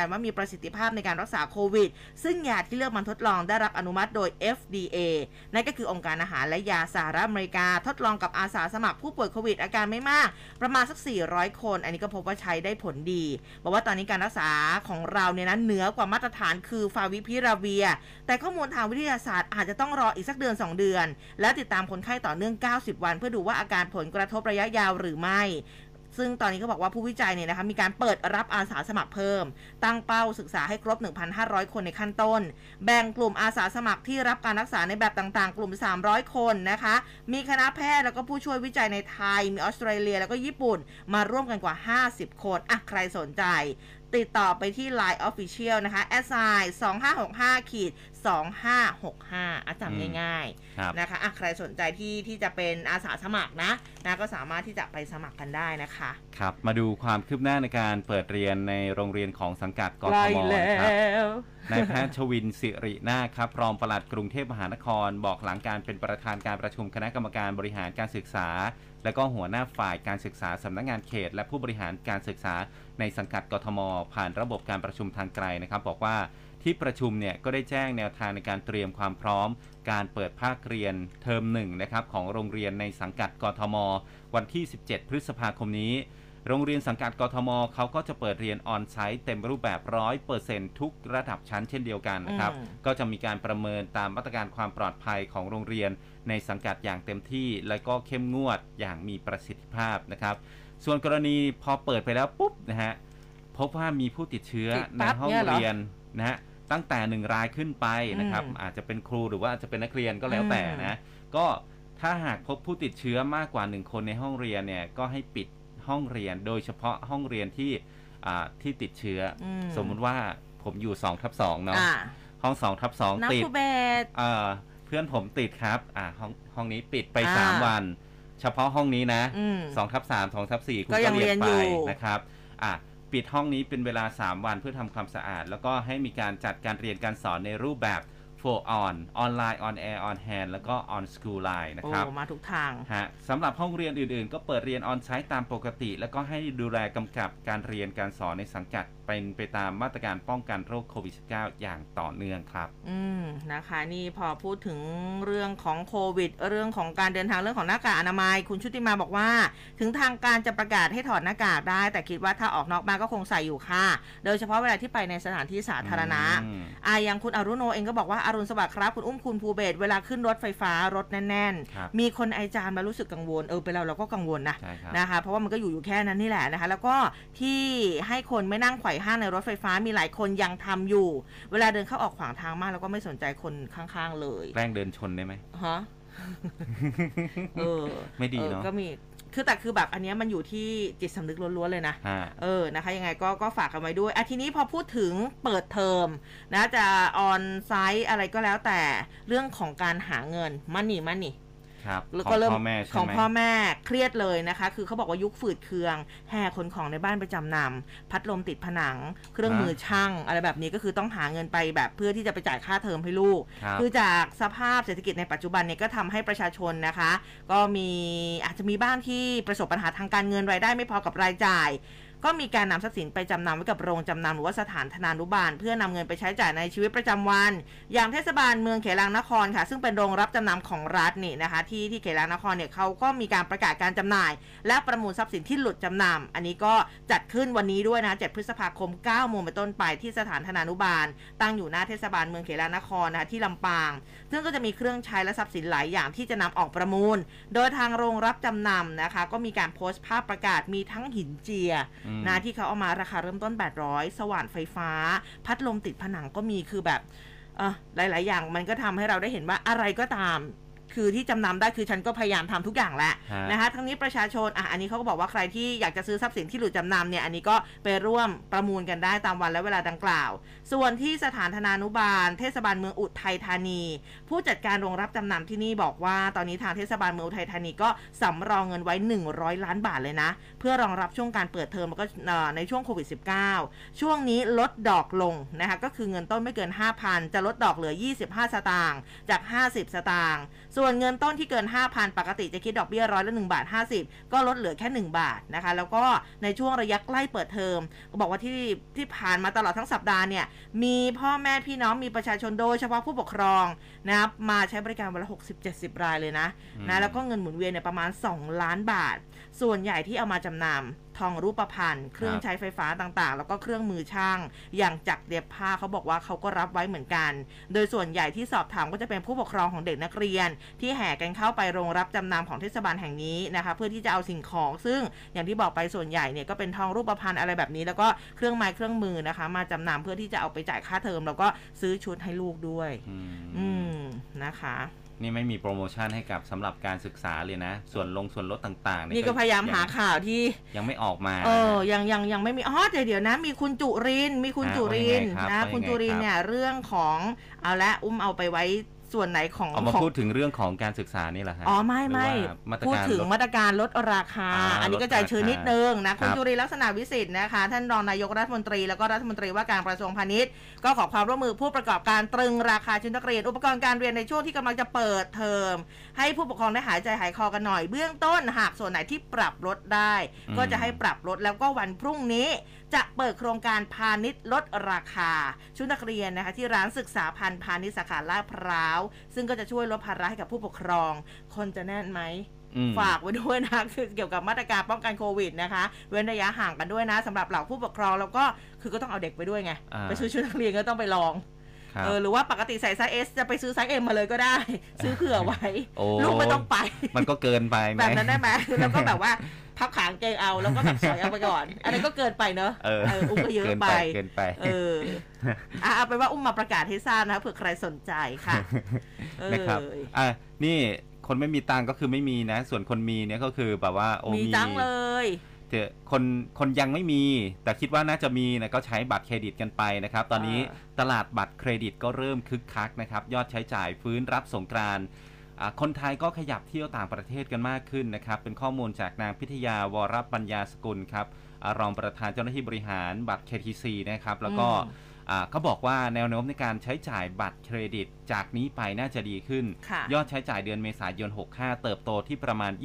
ว่ามีประสิทธิภาพในการรักษาโควิดซึ่งยาที่เลือกมาทดลองได้รับอนุมัติโดย FDA นั่นก็คือองค์การอาหารและยาสหรัฐอเมริกาทดลองกับอาสาสมัครผู้ป่วยโควิดอาการไม่มากประมาณสัก400คนอันนี้ก็พบว่าใช้ได้ผลดีบอกว่าตอนนี้การรักษาของเราเนี่ยนะเหนือกว่ามาตรฐานคือฟาวิพิราเวียแต่ข้อมูลทางวิทยาศาสตร์อาจจะต้องรออีกสักเดือน2 เดือนแล้วติดตามคนไข้ต่อเนื่อง90 วันเพื่อดูว่าอาการผลกระทบระยะยาวหรือไม่ซึ่งตอนนี้เขาบอกว่าผู้วิจัยเนี่ยนะคะมีการเปิดรับอาสาสมัครเพิ่มตั้งเป้าศึกษาให้ครบ 1,500 คนในขั้นต้นแบ่งกลุ่มอาสาสมัครที่รับการรักษาในแบบต่างๆกลุ่ม300 คนนะคะมีคณะแพทย์แล้วก็ผู้ช่วยวิจัยในไทยมีออสเตรเลียแล้วก็ญี่ปุ่นมาร่วมกันกว่า50 คนอ่ะใครสนใจติดต่อไปที่ Line Official นะคะ @2565-2565 จำง่ายๆนะคะใครสนใจที่จะเป็นอาสาสมัครนะก็สามารถที่จะไปสมัครกันได้นะคะครับมาดูความคืบหน้าในการเปิดเรียนในโรงเรียนของสังกัดกทมนะครับนายแพทย์ชวินศิรินาคครับรองปลัดกรุงเทพมหานครบอกหลังการเป็นประธานการประชุมคณะกรรมการบริหารการศึกษาและก็หัวหน้าฝ่ายการศึกษาสำนักงานเขตและผู้บริหารการศึกษาในสังกัดกทมผ่านระบบการประชุมทางไกลนะครับบอกว่าที่ประชุมเนี่ยก็ได้แจ้งแนวทางในการเตรียมความพร้อมการเปิดภาคเรียนเทอม1นะครับของโรงเรียนในสังกัดกทมวันที่17 พฤษภาคมนี้โรงเรียนสังกัดกทมเขาก็จะเปิดเรียนออนไซต์เต็มรูปแบบ 100% ทุกระดับชั้นเช่นเดียวกันนะครับก็จะมีการประเมินตามมาตรการความปลอดภัยของโรงเรียนในสังกัดอย่างเต็มที่และก็เข้มงวดอย่างมีประสิทธิภาพนะครับส่วนกรณีพอเปิดไปแล้วปุ๊บนะฮะพบว่ามีผู้ติดเชื้อในห้องเรียนนะฮะตั้งแต่1 รายขึ้นไปนะครับอาจจะเป็นครูหรือว่าอาจจะเป็นนักเรียนก็แล้วแต่นะก็ถ้าหากพบผู้ติดเชื้อมากกว่า1 คนในห้องเรียนเนี่ยก็ให้ปิดห้องเรียนโดยเฉพาะห้องเรียนที่ติดเชื้อสมมุติว่าผมอยู่2/2เนาะห้อง2/2ติดเพื่อนผมติดครับห้องนี้ปิดไป3 วันเฉพาะห้องนี้นะ2/3 2/4คุณก็เรียนไปนะครับปิดห้องนี้เป็นเวลา3 วันเพื่อทำความสะอาดแล้วก็ให้มีการจัดการเรียนการสอนในรูปแบบfor on ออนไลน์ on air on hand แล้วก็ on school line นะครับมาทุกทางสำหรับห้องเรียนอื่นๆก็เปิดเรียนออนไซต์ตามปกติแล้วก็ให้ดูแลกำกับการเรียนการสอนในสังกัดเป็นไปตามมาตรการป้องกันโรคโควิด -19 อย่างต่อเนื่องครับนะคะนี่พอพูดถึงเรื่องของโควิดเรื่องของการเดินทางเรื่องของหน้ากากอนามัยคุณชุติมาบอกว่าถึงทางการจะประกาศให้ถอดหน้ากากได้แต่คิดว่าถ้าออกนอกบ้านก็คงใส่อยู่ค่ะโดยเฉพาะเวลาที่ไปในสถานที่สาธารณะอย่างคุณอรุโนเองก็บอกว่าอรุณสวัสดิ์ครับคุณอุ้มคุณภูเบศเวลาขึ้นรถไฟฟ้ารถแน่นๆมีคนไอจามมารู้สึกกังวลไปเราก็กังวลนะคะเพราะว่ามันก็อยู่แค่นั้นนี่แหละนะคะแล้วก็ที่ให้คนไม่นั่งไขว่ห้างในรถไฟฟ้ามีหลายคนยังทำอยู่เวลาเดินเข้าออกขวางทางมากแล้วก็ไม่สนใจคนข้างๆเลยแกล้งเดินชนได้ไหมฮะไม่ดีเนาะก็มีแต่คือแบบอันนี้มันอยู่ที่จิตสำนึกล้วนๆเลยนะนะคะยังไงก็ฝากกันไว้ด้วยทีนี้พอพูดถึงเปิดเทอมนะจะออนไซต์อะไรก็แล้วแต่เรื่องของการหาเงินมันนี่แล้วก็เริ่มของพ่อแม่เครียดเลยนะคะคือเขาบอกว่ายุคฝืดเคืองแห่ขนของในบ้านไปจำนำพัดลมติดผนังเครื่องมือช่างอะไรแบบนี้ก็คือต้องหาเงินไปแบบเพื่อที่จะไปจ่ายค่าเทอมให้ลูกคือจากสภาพเศรษฐกิจในปัจจุบันเนี่ยก็ทำให้ประชาชนนะคะก็อาจจะมีบ้านที่ประสบปัญหาทางการเงินรายได้ไม่พอกับรายจ่ายก็มีการนำทรัพย์สินไปจำนำไว้กับโรงจำนำหรือว่าสถานธนานุบาลเพื่อนำเงินไปใช้จ่ายในชีวิตประจำวันอย่างเทศบาลเมืองเขลังนครค่ะซึ่งเป็นโรงรับจำนำของรัฐนี่นะคะที่เขลังนครเนี่ยเขาก็มีการประกาศการจำหน่ายและประมูลทรัพย์สินที่หลุดจำนำอันนี้ก็จัดขึ้นวันนี้ด้วยนะ7 พฤษภาคม 9 โมงเป็นต้นไปที่สถานธนานุบาลตั้งอยู่หน้าเทศบาลเมืองเขลังนครนะคะที่ลำปางซึ่งก็จะมีเครื่องใช้และทรัพย์สินหลายอย่างที่จะนำออกประมูลโดยทางโรงรับจำนำนะคะก็มีการโพสต์ภาพประกาศมีทั้งหินเจียนะที่เขาเอามาราคาเริ่มต้น800สว่านไฟฟ้าพัดลมติดผนังก็มีคือแบบหลายๆอย่างมันก็ทำให้เราได้เห็นว่าอะไรก็ตามคือที่จำนำได้คือฉันก็พยายามทำทุกอย่างแหละนะคะทั้งนี้ประชาชนอันนี้เขาก็บอกว่าใครที่อยากจะซื้อทรัพย์สินที่หลุดจำนำเนี่ยอันนี้ก็ไปร่วมประมูลกันได้ตามวันและเวลาดังกล่าวส่วนที่สถานธนานุบาลเทศบาลเมืองอุทัยธานีผู้จัดการโรงรับจำนำที่นี่บอกว่าตอนนี้ทางเทศบาลเมืองอุทัยธานีก็สำรองเงินไว้100 ล้านบาทเลยนะเพื่อรองรับช่วงการเปิดเทอมแล้วก็ในช่วงโควิด -19 ช่วงนี้ลดดอกลงนะคะก็คือเงินต้นไม่เกิน 5,000 จะลดดอกเหลือ25 สตางค์จาก50 สตางค์ส่วนเงินต้นที่เกิน 5,000 ปกติจะคิดดอกเบี้ย1.50 ก็ลดเหลือแค่1 บาทนะคะแล้วก็ในช่วงระยะใกล้เปิดเทอมก็บอกว่าที่ผ่านมาตลอดทั้งสัปดาห์เนี่ยมีพ่อแม่พี่น้องมีประชาชนโดยเฉพาะผู้ปกครองนะครับมาใช้บริการวันละ 60-70 รายเลยนะแล้วก็เงินหมุนเวียนเนี่ยประมาณ2 ล้านบาทส่วนใหญ่ที่เอามาจำนำทองรูปพรรณเครื่องใช้ไฟฟ้าต่างๆแล้วก็เครื่องมือช่างอย่างจักรเย็บผ้าเขาบอกว่าเขาก็รับไว้เหมือนกันโดยส่วนใหญ่ที่สอบถามก็จะเป็นผู้ปกครองของเด็กนักเรียนที่แห่กันเข้าไปโรงรับจำนำของเทศบาลแห่งนี้นะคะเพื่อที่จะเอาสิ่งของซึ่งอย่างที่บอกไปส่วนใหญ่เนี่ยก็เป็นทองรูปพรรณอะไรแบบนี้แล้วก็เครื่องไม้เครื่องมือนะคะมาจำนำเพื่อที่จะเอาไปจ่ายค่าเทอมแล้วก็ซื้อชุดให้ลูกด้วยนะคะนี่ไม่มีโปรโมชั่นให้กับสำหรับการศึกษาเลยนะส่วนลดต่างๆนี่ก็พยายามหาข่าวที่ยังไม่ออกมายังไม่มีเดี๋ยวนะมีคุณจุรินทร์นะคุณจุรินทร์เนี่ยเรื่องของเอาละเอาไปไว้ส่วนไหนของเอามาพูดถึงเรื่องของการศึกษานี่แหละฮะไม่พูดถึงมาตรการลดราคาอันนี้ก็ใจชื้นนิดนึงนะคุณจุรินทร์ลักษณะวิสิทธิ์นะคะท่านรองนายกรัฐมนตรีแล้วก็รัฐมนตรีว่าการกระทรวงพาณิชย์ก็ขอความร่วมมือผู้ประกอบการตรึงราคาชุดนักเรียนอุปกรณ์การเรียนในช่วงที่กำลังจะเปิดเทอมให้ผู้ปกครองได้หายใจหายคอกันหน่อยเบื้องต้นหากส่วนไหนที่ปรับลดได้ก็จะให้ปรับลดแล้วก็วันพรุ่งนี้จะเปิดโครงการพาณิชย์ลดราคาชุดนักเรียนนะคะที่ร้านศึกษาพันธ์พาณิชย์สาขาลาดพร้าวซึ่งก็จะช่วยลดภาระให้กับผู้ปกครองคนจะแน่นไหมฝากไว้ด้วยนะคือเกี่ยวกับมาตรการป้องกันโควิดนะคะเว้นระยะห่างกันด้วยนะสำหรับเหล่าผู้ปกครองแล้วก็คือก็ต้องเอาเด็กไปด้วยไงไปซื้อชุดนักเรียนก็ต้องไปลองหรือว่าปกติใส่ไซส์ S จะไปซื้อไซส์ M มาเลยก็ได้ซื้อเผื่อไว้ลูกไม่ต้องไปมันก็เกินไปแบบนั้นได้ไหมแล้วก็แบบว่าพับขางเกงเอาแล้วก็แบบสอยเอาไปก่อนอันนี้ก็เกินไปเนอะอุ้มก็เยอะไปเอาไปว่าอุ้มมาประกาศให้ทราบนะเผื่อใครสนใจค่ะนะครับนี่คนไม่มีตังก็คือไม่มีนะส่วนคนมีเนี่ยก็คือแบบว่ามีตังเลยแต่คนยังไม่มีแต่คิดว่าน่าจะมีนะก็ใช้บัตรเครดิตกันไปนะครับตอนนี้ตลาดบัตรเครดิตก็เริ่มคึกคักนะครับยอดใช้จ่ายฟื้นรับสงกรานต์คนไทยก็ขยับเที่ยวต่างประเทศกันมากขึ้นนะครับเป็นข้อมูลจากนางพิทยาวรปัญญาสกุลครับรองประธานเจ้าหน้าที่บริหารบัตร KTC นะครับแล้วก็เขาบอกว่าแนวโน้มในการใช้จ่ายบัตรเครดิตจากนี้ไปน่าจะดีขึ้นยอดใช้จ่ายเดือนเมษายน65เติบโตที่ประมาณ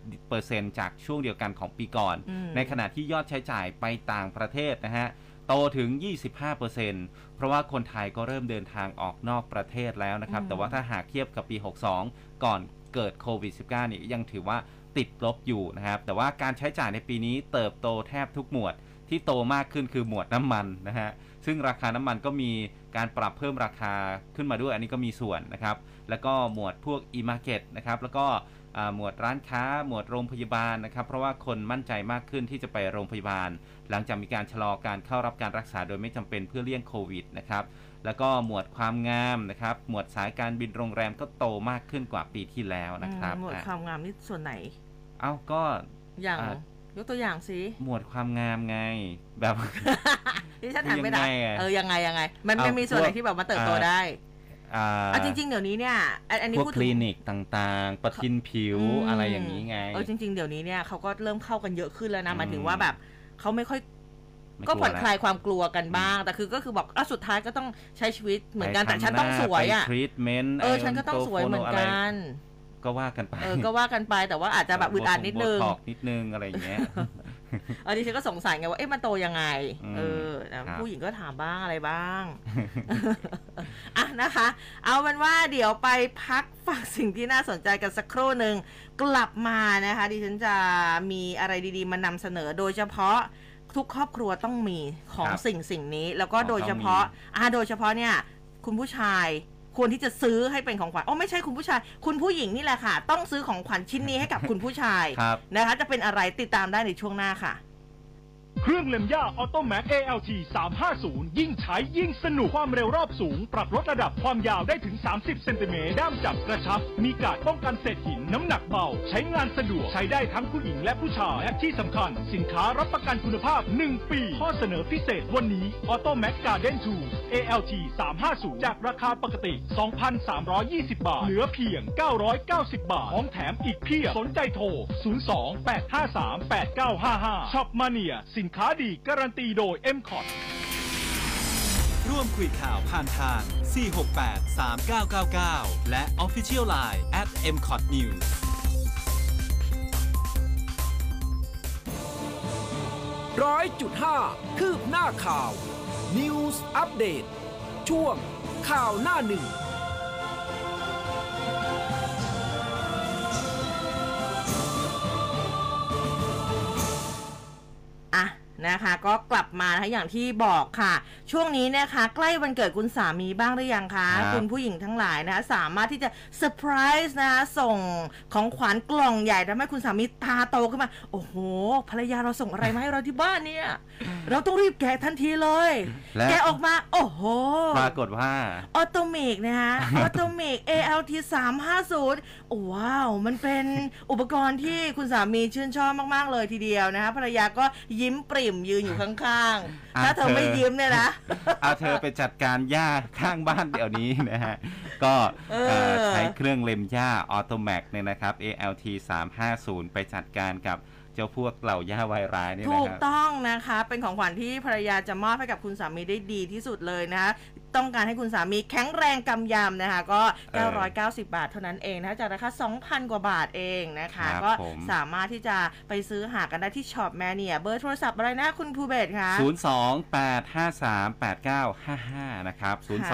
20% จากช่วงเดียวกันของปีก่อนในขณะที่ยอดใช้จ่ายไปต่างประเทศนะฮะโตถึง 25% เพราะว่าคนไทยก็เริ่มเดินทางออกนอกประเทศแล้วนะครับแต่ว่าถ้าหากเทียบกับปี62ก่อนเกิดโควิด -19 นี่ยังถือว่าติดลบอยู่นะครับแต่ว่าการใช้จ่ายในปีนี้เติบโตแทบทุกหมวดที่โตมากขึ้นคือหมวดน้ำมันนะฮะซึ่งราคาน้ำมันก็มีการปรับเพิ่มราคาขึ้นมาด้วยอันนี้ก็มีส่วนนะครับแล้วก็หมวดพวก e-market นะครับแล้วก็หมวดร้านค้าหมวดโรงพยาบาลนะครับเพราะว่าคนมั่นใจมากขึ้นที่จะไปโรงพยาบาลหลังจากมีการชะลอการเข้ารับการรักษาโดยไม่จำเป็นเพื่อเลี่ยงโควิดนะครับแล้วก็หมวดความงามนะครับหมวดสายการบินโรงแรมก็โตมากขึ้นกว่าปีที่แล้วนะครับหมวดความงามนี่ส่วนไหนก็อย่างยกตัวอย่างสิหมวดความงามไงแบบที่ฉันถามไม่ได้ยังไงมันไม่มีส่วนไหนที่แบบมาเติบโตได้จริงๆเดี๋ยวนี้เนี่ยอันนี้พูดคลินิกต่างๆประทินผิวอะไรอย่างนี้ไงจริงๆเดี๋ยวนี้เนี่ยเขาก็เริ่มเข้ากันเยอะขึ้นแล้วนะหมายถึงว่าแบบเขาไม่ค่อยก็ผ่อนคลายความกลัวกันบ้างแต่คือก็คือบอกสุดท้ายก็ต้องใช้ชีวิตเหมือนกันแต่ฉันต้องสวยอ่ะทรีทเมนต์ฉันก็ต้องสวยเหมือนกันก็ว่ากันไปก็ว่ากันไปแต่ว่าอาจจะแบบอึดอัดนิดนึงนิดนึงอะไรอย่างเงี้ยดิฉันก็สงสัยไงว่ามันโตยังไงผู้หญิงก็ถามบ้างอะไรบ้างนะคะเอาเป็นว่าเดี๋ยวไปพักฟังสิ่งที่น่าสนใจกันสักครู่หนึ่งกลับมานะคะดิฉันจะมีอะไรดีๆมานำเสนอโดยเฉพาะทุกครอบครัวต้องมีของสิ่งนี้แล้วก็โดยเฉพาะเนี่ยคุณผู้ชายควรที่จะซื้อให้เป็นของขวัญไม่ใช่คุณผู้ชายคุณผู้หญิงนี่แหละค่ะต้องซื้อของขวัญชิ้นนี้ให้กับคุณผู้ชายนะคะจะเป็นอะไรติดตามได้ในช่วงหน้าค่ะเครื่องเล็มหญ้าออโตแม็ก ALT 350ยิ่งใช้ยิ่งสนุกความเร็วรอบสูงปรับลดระดับความยาวได้ถึง30เซนติเมตรด้ามจับกระชับมีการป้องกันเศษหินน้ำหนักเบาใช้งานสะดวกใช้ได้ทั้งผู้หญิงและผู้ชายและที่สำคัญสินค้ารับประกันคุณภาพ1ปีข้อเสนอพิเศษวันนี้ออโตแม็กการ์เด้น2 ALT 350จากราคาปกติ 2,320 บาทเหลือเพียง990 บาทพร้อมแถมอีกเพียบสนใจโทร02-853-8955ช็อปมาเนียสินค้าดีการันตีโดย M-Cot ร่วมคุยข่าวผ่านทาง 468-3999 และ Official Line @mcotnews 100.5 คืบหน้าข่าว News Update ช่วงข่าวหน้าหนึ่งนะคะก็กลับมานะคะอย่างที่บอกค่ะช่วงนี้นะคะใกล้วันเกิดคุณสามีบ้างหรือยังคะคุณผู้หญิงทั้งหลายนะคะสามารถที่จะเซอร์ไพรส์นะคะส่งของขวัญกล่องใหญ่ทำให้คุณสามีตาโตขึ้นมาโอ้โหภรรยาเราส่งอะไรมาให้เราที่บ้านเนี่ยเราต้องรีบแกะทันทีเลยแกะออกมาโอ้โหปรากฏว่าออโตเมกนะคะออโตเมก ALT 350ว้าวมันเป็นอุปกรณ์ที่คุณสามีชื่นชอบมากๆเลยทีเดียวนะคะภรรยาก็ยิ้มปริ่มยืนอยู่ข้างๆถ้าเธอไม่ยิ้มเนี่ยนะเอาเธอไปจัดการหญ้าข้างบ้านเดี๋ยวนี้นะฮะก็ใช้เครื่องเล็มหญ้าออโตแมกเนี่ยนะครับ ALT 350ไปจัดการกับเจ้าพวกเหล่าหญ้าวายร้ายนี่นะครับถูกต้องนะคะเป็นของขวัญที่ภรรยาจะมอบให้กับคุณสามีได้ดีที่สุดเลยนะคะต้องการให้คุณสามีแข็งแรงกำยำนะคะก็990 บาทเท่านั้นเองนะจากราคา 2,000 กว่าบาทเองนะคะก็สามารถที่จะไปซื้อหากันได้ที่ช็อปแมเนียเบอร์โทรศัพท์อะไรนะคุณภูเบศคะ 028538955นะครับ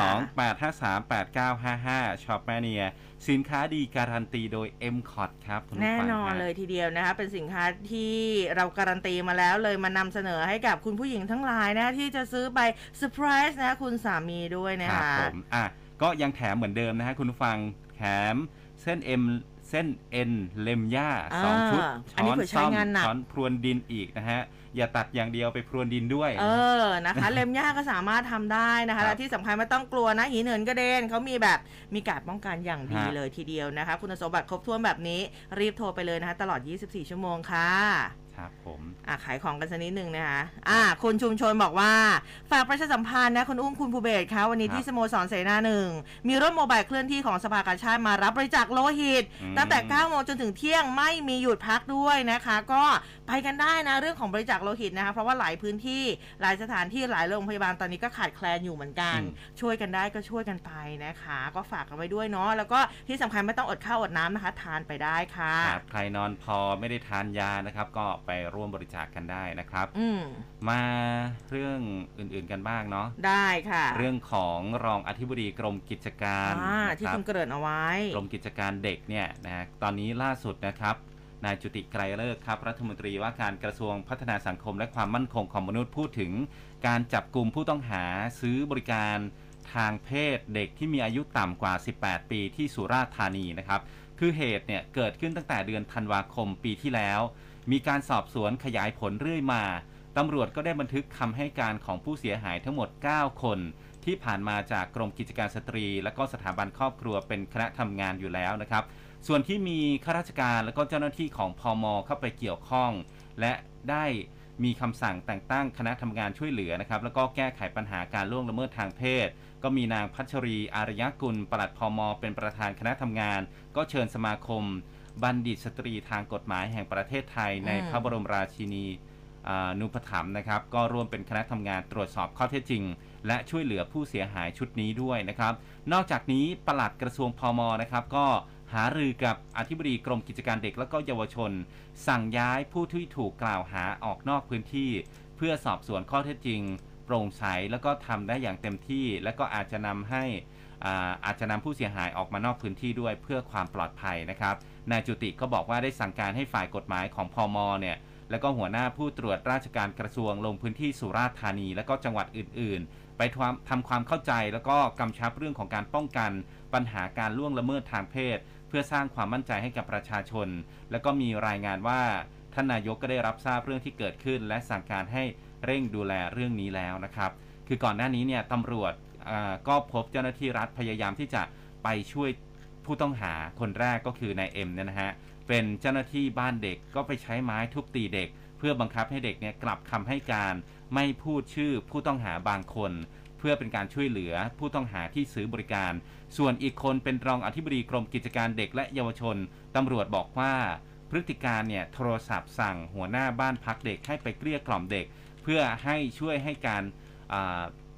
028538955ช็อปแมเนียสินค้าดีการันตีโดย MCOT ครับแน่นอนเลยทีเดียวนะคะเป็นสินค้าที่เราการันตีมาแล้วเลยมานำเสนอให้กับคุณผู้หญิงทั้งหลายนะที่จะซื้อไปเซอร์ไพรส์นะคุณสามีด้วยนะคะครับผมก็ยังแถมเหมือนเดิมนะฮะคุณฟังแถมเส้น M เส้น N เล็มหญ้า2ชุดช้อนซ่อมช้อนพรวนดินอีกนะฮะอย่าตัดอย่างเดียวไปพรวนดินด้วยนะคะเล็มหญ้าก็สามารถทำได้นะคะและที่สำคัญไม่ต้องกลัวนะหินเหินกระเด็นเขามีการป้องกันอย่างดีเลยทีเดียวนะคะคุณสมบัติครบถ้วนแบบนี้รีบโทรไปเลยนะคะตลอด24ชั่วโมงค่ะครับผมขายของกันสักนิดนึงนะคะคุณชุมชนบอกว่าฝากประชาสัมพันธ์นะคุณอุ้มคุณภูเบศคะวันนี้ที่สโมสรเสนาหนึ่งมีรถโมบายเคลื่อนที่ของสภากาชาดมารับบริจาคโลหิตตั้งแต่ 9 โมงจนถึงเที่ยงไม่มีหยุดพักด้วยนะคะก็ไปกันได้นะเรื่องของบริจาคโลหิตนะคะเพราะว่าหลายพื้นที่หลายสถานที่หลายโรงพยาบาลตอนนี้ก็ขาดแคลนอยู่เหมือนกันช่วยกันได้ก็ช่วยกันไปนะคะก็ฝากกันไว้ด้วยเนาะแล้วก็ที่สำคัญไม่ต้องอดข้าวอดน้ำนะคะทานไปได้ค่ะใครนอนพอไม่ได้ทานยานะครับก็ไปร่วมบริจาคกันได้นะครับมาเรื่องอื่นๆกันบ้างเนาะได้ค่ะเรื่องของรองอธิบดีกรมกิจการที่คุณเกริ่นเอาไว้กรมกิจการเด็กเนี่ยนะตอนนี้ล่าสุดนะครับนายจุติไกรฤกษ์ครับรัฐมนตรีว่าการกระทรวงพัฒนาสังคมและความมั่นคงของมนุษย์พูดถึงการจับกลุ่มผู้ต้องหาซื้อบริการทางเพศเด็กที่มีอายุต่ำกว่า18ปีที่สุราษฎร์ธานีนะครับคือเหตุเนี่ยเกิดขึ้นตั้งแต่เดือนธันวาคมปีที่แล้วมีการสอบสวนขยายผลเรื่อยมาตำรวจก็ได้บันทึกคำให้การของผู้เสียหายทั้งหมด9คนที่ผ่านมาจากกรมกิจการสตรีและก็สถาบันครอบครัวเป็นคณะทำงานอยู่แล้วนะครับส่วนที่มีข้าราชการและก็เจ้าหน้าที่ของพม.เข้าไปเกี่ยวข้องและได้มีคำสั่งแต่งตั้งคณะทำงานช่วยเหลือนะครับแล้วก็แก้ไขปัญหาการล่วงละเมิดทางเพศก็มีนางพัชรีอารยกุลปลัดพม.เป็นประธานคณะทำงานก็เชิญสมาคมบัณฑิตสตรีทางกฎหมายแห่งประเทศไทยในพระบรมราชินีนูปถัมภ์นะครับก็ร่วมเป็นคณะทำงานตรวจสอบข้อเท็จจริงและช่วยเหลือผู้เสียหายชุดนี้ด้วยนะครับนอกจากนี้ปลัดกระทรวงพม.นะครับก็หารือกับอธิบดีกรมกิจการเด็กและก็เยาวชนสั่งย้ายผู้ที่ถูกกล่าวหาออกนอกพื้นที่เพื่อสอบสวนข้อเท็จจริงโปร่งใสแล้วก็ทำได้อย่างเต็มที่และก็อาจจะนำผู้เสียหายออกมานอกพื้นที่ด้วยเพื่อความปลอดภัยนะครับนายจุติก็บอกว่าได้สั่งการให้ฝ่ายกฎหมายของพม.เนี่ยแล้วก็หัวหน้าผู้ตรวจราชการกระทรวงลงพื้นที่สุราษฎร์ธานีและก็จังหวัดอื่นๆไปทำความเข้าใจแล้วก็กำชับเรื่องของการป้องกันปัญหาการล่วงละเมิดทางเพศเพื่อสร้างความมั่นใจให้กับประชาชนแล้วก็มีรายงานว่าท่านนายกก็ได้รับทราบเรื่องที่เกิดขึ้นและสั่งการให้เร่งดูแลเรื่องนี้แล้วนะครับคือก่อนหน้านี้เนี่ยตำรวจก็พบเจ้าหน้าที่รัฐพยายามที่จะไปช่วยผู้ต้องหาคนแรกก็คือนายเอ็มเนี่ยนะฮะเป็นเจ้าหน้าที่บ้านเด็กก็ไปใช้ไม้ทุบตีเด็กเพื่อบังคับให้เด็กเนี่ยกลับคำให้การไม่พูดชื่อผู้ต้องหาบางคนเพื่อเป็นการช่วยเหลือผู้ต้องหาที่ซื้อบริการส่วนอีกคนเป็นรองอธิบดีกรมกิจการเด็กและเยาวชนตำรวจบอกว่าพฤติการเนี่ยโทรศัพท์สั่งหัวหน้าบ้านพักเด็กให้ไปเกลี้ยกล่อมเด็กเพื่อให้ช่วยให้การ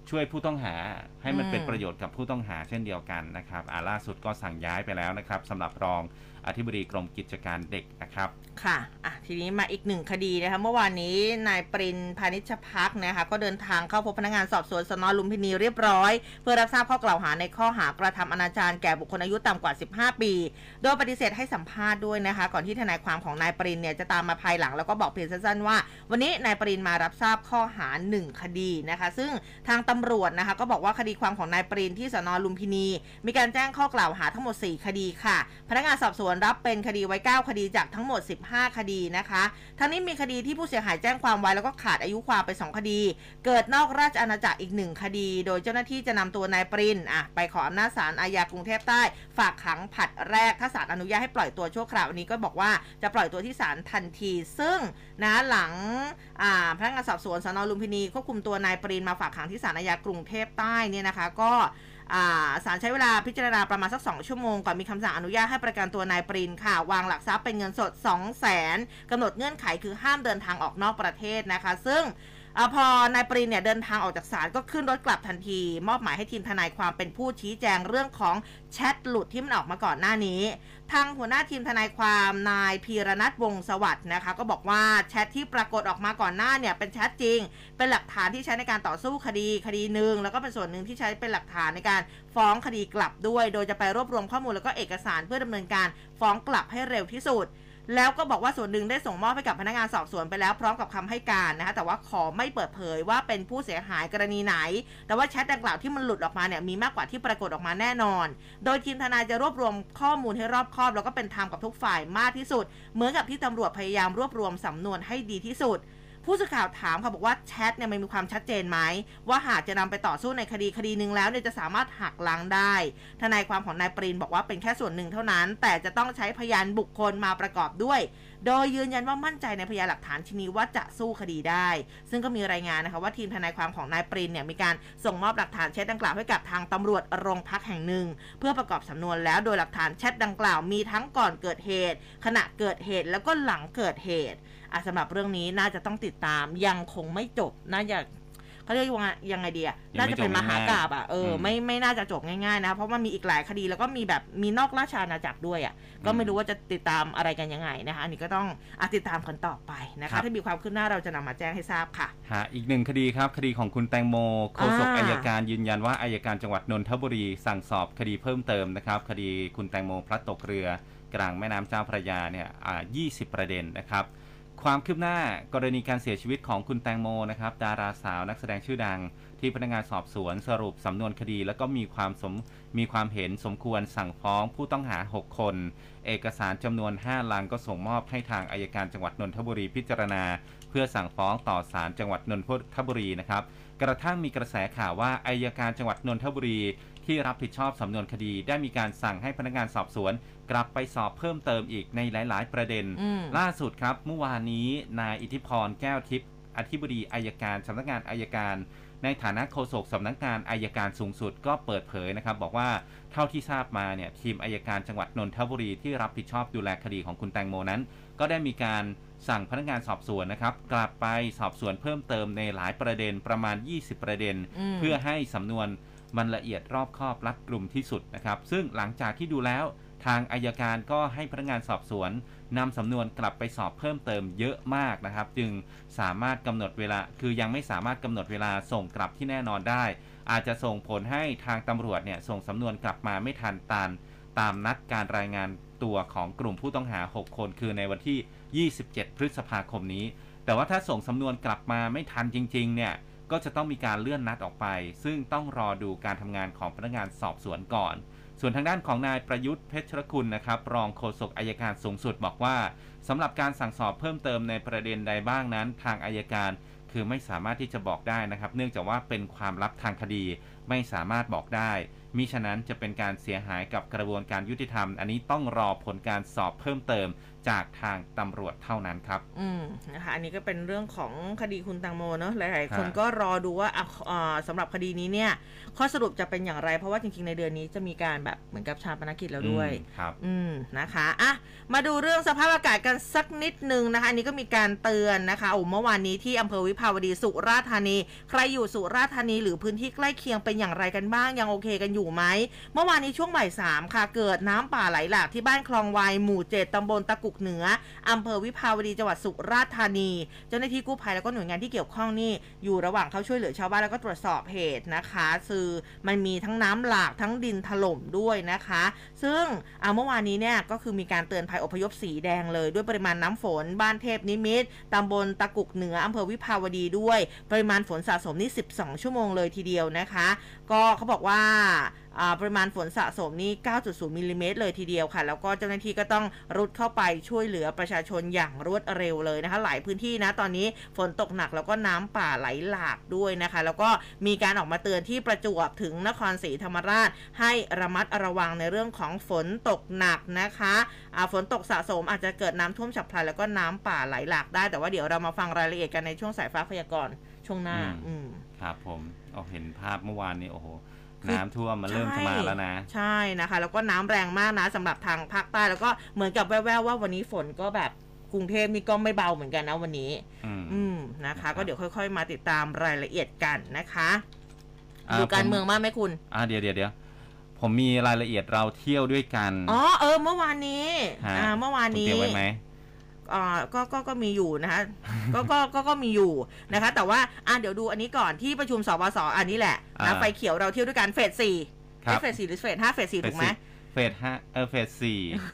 ช่วยผู้ต้องหาให้มันเป็นประโยชน์กับผู้ต้องหาเช่นเดียวกันนะครับล่าสุดก็สั่งย้ายไปแล้วนะครับสำหรับรองอธิบดีกรมกิจการเด็กนะครับค่ะทีนี้มาอีกหนึ่งคดีนะคะเมื่อวานนี้นายปรินพานิชพักนะคะก็เดินทางเข้าพบพนักงานสอบสวนสน.ลุมพินีเรียบร้อยเพื่อรับทราบข้อกล่าวหาในข้อหากระทำอนาจารแก่บุคคลอายุต่ำกว่า15ปีโดยปฏิเสธให้สัมภาษณ์ด้วยนะคะก่อนที่ทนายความของนายปรินเนี่ยจะตามมาภายหลังแล้วก็บอกเพียงสั้นๆว่าวันนี้นายปรินมารับทราบข้อหา1คดีนะคะซึ่งทางตำรวจนะคะก็บอกว่าคดีความของนายปรินที่สน.ลุมพินีมีการแจ้งข้อกล่าวหาทั้งหมด4คดีค่ะพนักงานสอบสวนรับเป็นคดีไว้9คดีจากทั้งหมด15คดีนะคะทั้งนี้มีคดีที่ผู้เสียหายแจ้งความไว้แล้วก็ขาดอายุความไป2คดีเกิดนอกราชอาณาจักรอีก1คดีโดยเจ้าหน้าที่จะนำตัวนายปรินไปขออำนาจศาลอาญากรุงเทพใต้ฝากขังผลัดแรกถ้าศาลอนุญาตให้ปล่อยตัวชั่วคราววันนี้ก็บอกว่าจะปล่อยตัวที่ศาลทันทีซึ่งหลังพนักงานสอบสวนสน.ลุมพินีควบคุมตัวนายปรินมาฝากขังที่ศาลอาญากรุงเทพใต้เนี่ยนะคะก็ศาลใช้เวลาพิจารณาประมาณสัก2ชั่วโมงก่อนมีคำสั่งอนุญาตให้ประกันตัวนายปรินค่ะวางหลักทรัพย์เป็นเงินสด 200,000 กำหนดเงื่อนไขคือห้ามเดินทางออกนอกประเทศนะคะซึ่งพอนายปรินเนี่ยเดินทางออกจากศาลก็ขึ้นรถกลับทันทีมอบหมายให้ทีมทนายความเป็นผู้ชี้แจงเรื่องของแชทหลุดที่มันออกมาก่อนหน้านี้ทางหัวหน้าทีมทนายความนายพีรนัทวงศ์สวัสดิ์นะคะก็บอกว่าแชทที่ปรากฏออกมาก่อนหน้าเนี่ยเป็นแชทจริงเป็นหลักฐานที่ใช้ในการต่อสู้คดีหนึ่งแล้วก็เป็นส่วนหนึ่งที่ใช้เป็นหลักฐานในการฟ้องคดีกลับด้วยโดยจะไปรวบรวมข้อมูลแล้วก็เอกสารเพื่อดำเนินการฟ้องกลับให้เร็วที่สุดแล้วก็บอกว่าส่วนหนึ่งได้ส่งมอบให้กับพนักงานสอบสวนไปแล้วพร้อมกับคำให้การนะคะแต่ว่าขอไม่เปิดเผยว่าเป็นผู้เสียหายกรณีไหนแต่ว่าแชทดังกล่าวที่มันหลุดออกมาเนี่ยมีมากกว่าที่ปรากฏออกมาแน่นอนโดยทีมทนายจะรวบรวมข้อมูลให้รอบคอบแล้วก็เป็นธรรมกับทุกฝ่ายมากที่สุดเหมือนกับที่ตำรวจพยายามรวบรวมสำนวนให้ดีที่สุดผู้สื่อข่าวถามค่ะบอกว่าแชทเนี่ยมันมีความชัดเจนไหมว่าหากจะนำไปต่อสู้ในคดีหนึ่งแล้วเนี่ยจะสามารถหักล้างได้ทนายความของนายปรินบอกว่าเป็นแค่ส่วนหนึ่งเท่านั้นแต่จะต้องใช้พยานบุคคลมาประกอบด้วยโดยยืนยันว่ามั่นใจในพยานหลักฐานชิ้นนี้ว่าจะสู้คดีได้ซึ่งก็มีรายงานนะคะว่าทีมทนายความของนายปรินเนี่ยมีการส่งมอบหลักฐานแชทดังกล่าวให้กับทางตำรวจโรงพักแห่งหนึ่งเพื่อประกอบสำนวนแล้วโดยหลักฐานแชทดังกล่าวมีทั้งก่อนเกิดเหตุขณะเกิดเหตุแล้วก็หลังเกิดเหตุสำหรับเรื่องนี้น่าจะต้องติดตามยังคงไม่จบน่าจะเขาเรียกว่ายังไงดีน่าจะเป็นมหากาพย์ไม่น่าจะจบง่ายๆนะเพราะมันมีอีกหลายคดีแล้วก็มีนอกราชอาณาจักรด้วยก็ไม่รู้ว่าจะติดตามอะไรกันยังไงนะคะอันนี้ก็ต้องติดตามกันต่อไปนะคะถ้ามีความคืบหน้าเราจะนำมาแจ้งให้ทราบค่ะอีกหนึ่งคดีครับคดีของคุณแตงโมโฆษกอัยการยืนยันว่าอัยการจังหวัดนนทบุรีสั่งสอบคดีเพิ่มเติมนะครับคดีคุณแตงโมพลัดตกเรือกลางแม่น้ำเจ้าพระยาเนี่ย20 ประเด็นนะครับความคืบหน้ากรณีการเสียชีวิตของคุณแตงโมนะครับดาราสาวนักแสดงชื่อดังที่พนักงานสอบสวนสรุปสำนวนคดีแล้วก็มีความเห็นสมควรสั่งฟ้องผู้ต้องหา6คนเอกสารจำนวน5 ลังก็ส่งมอบให้ทางอัยการจังหวัดนนทบุรีพิจารณาเพื่อสั่งฟ้องต่อศาลจังหวัดนนทบุรีนะครับกระทั่งมีกระแสข่าวว่าอัยการจังหวัดนนทบุรีที่รับผิดชอบสำนวนคดีได้มีการสั่งให้พนักงานสอบสวนกลับไปสอบเพิ่มเติมอีกในหลายๆประเด็นล่าสุดครับเมื่อวานนี้นายอิทธิพรแก้วทิพย์อธิบดีอัยการสำนักงานอัยการในฐานะโฆษกสำนักงานอัยการสูงสุดก็เปิดเผยนะครับบอกว่าเท่าที่ทราบมาเนี่ยทีมอัยการจังหวัดนนทบุรีที่รับผิดชอบดูแลคดีของคุณแตงโมนั้นก็ได้มีการสั่งพนักงานสอบสวนนะครับกลับไปสอบสวนเพิ่มเติมในหลายประเด็นประมาณ20 ประเด็นเพื่อให้สำนวนมันละเอียดรอบคอบรัดกุมที่สุดนะครับซึ่งหลังจากที่ดูแล้วทางอัยการก็ให้พนักงานสอบสวนนำสำนวนกลับไปสอบเพิ่มเติมเยอะมากนะครับจึงสามารถกำหนดเวลาคือยังไม่สามารถกำหนดเวลาส่งกลับที่แน่นอนได้อาจจะส่งผลให้ทางตำรวจเนี่ยส่งสำนวนกลับมาไม่ทันตามนัดการรายงานตัวของกลุ่มผู้ต้องหา6คนคือในวันที่27 พฤษภาคมนี้แต่ว่าถ้าส่งสำนวนกลับมาไม่ทันจริงๆเนี่ยก็จะต้องมีการเลื่อนนัดออกไปซึ่งต้องรอดูการทำงานของพนักงานสอบสวนก่อนส่วนทางด้านของนายประยุทธ์เพชรคุณนะครับรองโฆษกอัยการสูงสุดบอกว่าสำหรับการสั่งสอบเพิ่มเติมในประเด็นใดบ้างนั้นทางอัยการคือไม่สามารถที่จะบอกได้นะครับเนื่องจากว่าเป็นความลับทางคดีไม่สามารถบอกได้มิฉะนั้นจะเป็นการเสียหายกับกระบวนการยุติธรรมอันนี้ต้องรอผลการสอบเพิ่มเติมจากทางตำรวจเท่านั้นครับนะคะอันนี้ก็เป็นเรื่องของคดีคุณตังโมเนอะหลายๆคนก็รอดูว่าสำหรับคดีนี้เนี่ยข้อสรุปจะเป็นอย่างไรเพราะว่าจริงๆในเดือนนี้จะมีการแบบเหมือนกับชาปนกิจแล้วด้วยครับนะคะอ่ะมาดูเรื่องสภาพอากาศกันสักนิดนึงนะคะอันนี้ก็มีการเตือนนะคะเมื่อวานนี้ที่อำเภอวิภาวดีสุราษฎร์ธานีใครอยู่สุราษฎร์ธานีหรือพื้นที่ใกล้เคียงเป็นอย่างไรกันบ้างยังโอเคกันอยู่ไหมเมื่อวานนี้ช่วงบ่าย 3ค่ะเกิดน้ำป่าไหลหลากที่บ้านคลองวายหมู่ 7 ตำบลตะกุกเหนืออำเภอวิภาวดีจังหวัดสุราษฎร์ธานีเจ้าหน้าที่กู้ภัยแล้วก็หน่วยงานที่เกี่ยวข้องนี่อยู่ระหว่างเข้าช่วยเหลือชาวบ้านแล้วก็ตรวจสอบเหตุนะคะคือมันมีทั้งน้ำหลากทั้งดินถล่มด้วยนะคะซึ่งเมื่อวานนี้เนี่ยก็คือมีการเตือนภัยอพยพสีแดงเลยด้วยปริมาณน้ำฝนบ้านเทพนิมิตรตำบลตะกุกเหนืออำเภอวิภาวดีด้วยปริมาณฝนสะสมนี่12ชั่วโมงเลยทีเดียวนะคะก็เขาบอกว่าปริมาณฝนสะสมนี่ 9.0 มิลลิเมตรเลยทีเดียวค่ะแล้วก็เจ้าหน้าที่ก็ต้องรุดเข้าไปช่วยเหลือประชาชนอย่างรวดเร็วเลยนะคะหลายพื้นที่นะตอนนี้ฝนตกหนักแล้วก็น้ำป่าไหลหลากด้วยนะคะแล้วก็มีการออกมาเตือนที่ประจวบถึงนครศรีธรรมราชให้ระมัดระวังในเรื่องของฝนตกหนักนะคะฝนตกสะสมอาจจะเกิดน้ำท่วมฉับพลันแล้วก็น้ำป่าไหลหลากได้แต่ว่าเดี๋ยวเรามาฟังรายละเอียดกันในช่วงสายฟ้าพยากรณ์ช่วงหน้าครับผมเห็นภาพเมื่อวานนี้โอ้โหน้ำท่วมมันเริ่มจะมาแล้วนะใช่นะคะแล้วก็น้ำแรงมากนะสำหรับทางภาคใต้แล้วก็เหมือนกับแว่วๆว่าวันนี้ฝนก็แบบกรุงเทพนี่ก็ไม่เบาเหมือนกันนะวันนี้นะคะก็เดี๋ยวค่อยๆมาติดตามรายละเอียดกันนะคะดูการเมืองมากไหมคุณเดี๋ยวผมมีรายละเอียดเราเที่ยวด้วยกันเมื่อวานนี้เมื่อวานนี้เตรียมไว้ไหมก็มีอยู่นะคะก็มีอยู่นะคะแต่ว่าเดี๋ยวดูอันนี้ก่อนที่ประชุมสบสอันนี้แหละนะไฟเขียวเราเที่ยวด้วยกันเฟส 4เฟส 4หรือเฟส 5เฟส 4ถูกไหมเฟส 5เฟส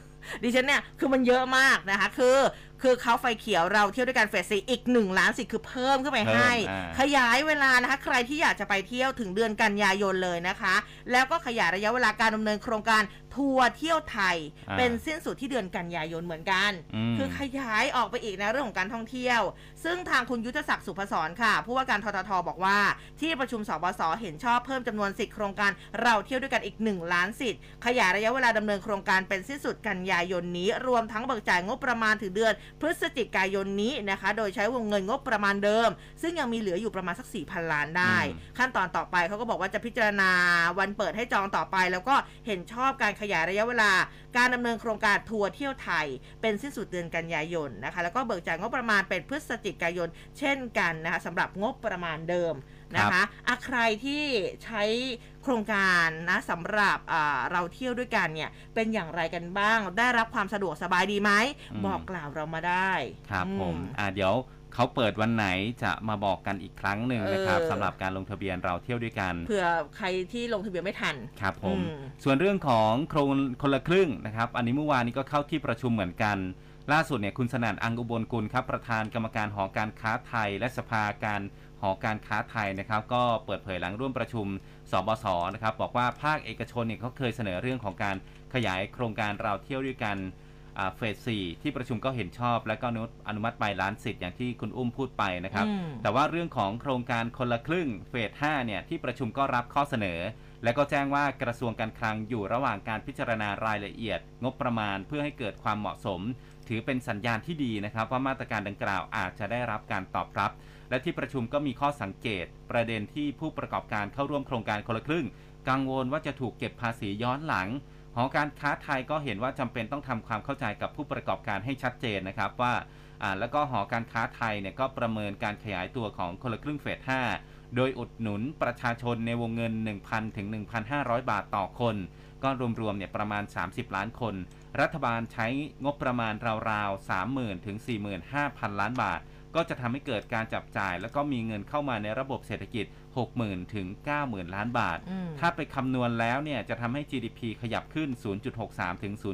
4 ดิฉันเนี่ยคือมันเยอะมากนะคะคือเขาไฟเขียวเราเที่ยวด้วยกันเฟส 4อีก1 ล้านสิทธิ์คือเพิ่มขึ้นไปให้ขยายเวลานะคะใครที่อยากจะไปเที่ยวถึงเดือนกันยายนเลยนะคะแล้วก็ขยายระยะเวลาการดำเนินโครงการทัวร์เที่ยวไทยเป็นสิ้นสุดที่เดือนกันยายนเหมือนกันคือขยายออกไปอีกนะเรื่องของการท่องเที่ยวซึ่งทางคุณยุทธศักดิ์สุพศรค่ะผู้ว่าการทททบอกว่าที่ประชุมสบสเห็นชอบเพิ่มจำนวนสิทธิ์โครงการเราเที่ยวด้วยกันอีก1 ล้านสิทธิ์ขยายระยะเวลาดำเนินโครงการเป็นสิ้นสุดกันยายนนี้รวมทั้งเบิกจ่ายงบประมาณถึงเดือนพฤศจิกายนนี้นะคะโดยใช้วงเงินงบประมาณเดิมซึ่งยังมีเหลืออยู่ประมาณสัก 4,000 ล้านได้ขั้นตอนต่อไปเขาก็บอกว่าจะพิจารณาวันเปิดให้จองต่อไปแล้วก็เห็นชอบการขยายระยะเวลาการดำเนินโครงการทัวร์เที่ยวไทยเป็นสิ้นสุดเดือนกันยายนนะคะแล้วก็เบิกจ่ายงบประมาณเป็นพฤศจิกายนเช่นกันนะคะสำหรับงบประมาณเดิมนะคะใครที่ใช้โครงการนะสำหรับเราเที่ยวด้วยกันเนี่ยเป็นอย่างไรกันบ้างได้รับความสะดวกสบายดีไหมบอกกล่าวเรามาได้ครับผมเดี๋ยวเขาเปิดวันไหนจะมาบอกกันอีกครั้งหนึ่งนะครับสำหรับการลงทะเบียนเราเที่ยวด้วยกันเผื่อใครที่ลงทะเบียนไม่ทันครับผมส่วนเรื่องของโครงคนละครึ่งนะครับอันนี้เมื่อวานนี้ก็เข้าที่ประชุมเหมือนกันล่าสุดเนี่ยคุณสนั่นอังอุบลกุลครับประธานกรรมการหอการค้าไทยและสภาการหอการค้าไทยนะครับก็เปิดเผยหลังร่วมประชุมสบสนะครับบอกว่าภาคเอกชนเนี่ยเขาเคยเสนอเรื่องของการขยายโครงการเราเที่ยวด้วยกันเฟส 4ที่ประชุมก็เห็นชอบและก็อนุมัติไปล้านสิทธิ์อย่างที่คุณอุ้มพูดไปนะครับแต่ว่าเรื่องของโครงการคนละครึ่งเฟส 5เนี่ยที่ประชุมก็รับข้อเสนอและก็แจ้งว่ากระทรวงการคลังอยู่ระหว่างการพิจารณารายละเอียดงบประมาณเพื่อให้เกิดความเหมาะสมถือเป็นสัญญาณที่ดีนะครับว่ามาตรการดังกล่าวอาจจะได้รับการตอบรับและที่ประชุมก็มีข้อสังเกตประเด็นที่ผู้ประกอบการเข้าร่วมโครงการคนละครึ่งกังวลว่าจะถูกเก็บภาษีย้อนหลังหอการค้าไทยก็เห็นว่าจำเป็นต้องทำความเข้าใจกับผู้ประกอบการให้ชัดเจนนะครับว่าแล้วก็หอการค้าไทยเนี่ยก็ประเมินการขยายตัวของคนละครึ่งเฟส 5โดยอุดหนุนประชาชนในวงเงิน 1,000 ถึง 1,500 บาทต่อคนก็รวมๆเนี่ยประมาณ30ล้านคนรัฐบาลใช้งบประมาณราวๆ 30,000 ถึง 45,000 ล้านบาทก็จะทำให้เกิดการจับจ่ายแล้วก็มีเงินเข้ามาในระบบเศรษฐกิจ 60,000 ถึง 90,000 ล้านบาทถ้าไปคำนวณแล้วเนี่ยจะทำให้ GDP ขยับขึ้น 0.63 ถึง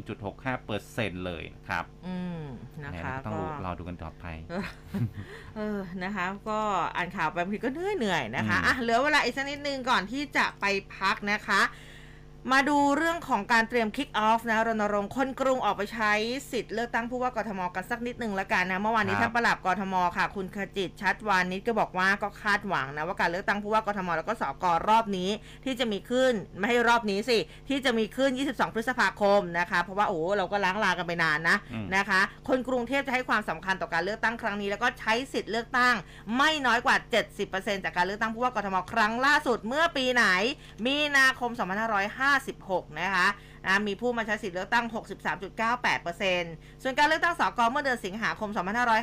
0.65% เลยครับนะคะต้องรอดูกันต่อไปนะคะก็อ่านข่าวไปบางทีก็เหนื่อยนะคะเหลือเวลาอีกสักนิดนึงก่อนที่จะไปพักนะคะมาดูเรื่องของการเตรียมคิกออฟนะรณรงค์คนกรุงออกไปใช้สิทธิ์เลือกตั้งผู้ว่ากทมกันสักนิดนึงละกันนะเมื่อวานนี้ท่านปลัดกทมค่ะคุณขจิตชัดวานิชก็บอกว่าก็คาดหวังนะว่าการเลือกตั้งผู้ว่ากทมแล้วก็สกรอบนี้ที่จะมีขึ้นไม่ให้รอบนี้สิที่จะมีขึ้น22พฤษภาคมนะคะเพราะว่าเราก็ล้างลากันไปนานนะคะคนกรุงเทพจะให้ความสำคัญต่อการเลือกตั้งครั้งนี้แล้วก็ใช้สิทธิ์เลือกตั้งไม่น้อยกว่า 70% จากการเลือกตั้งผู้ว่ากทมครั้งล่าสุดเมื่อปีไหนมีนาคม2556นะคะมีผู้มาใช้สิทธิ์เลือกตั้ง 63.98% ส่วนการเลือกตั้งสก.เมื่อเดือนสิงหาคม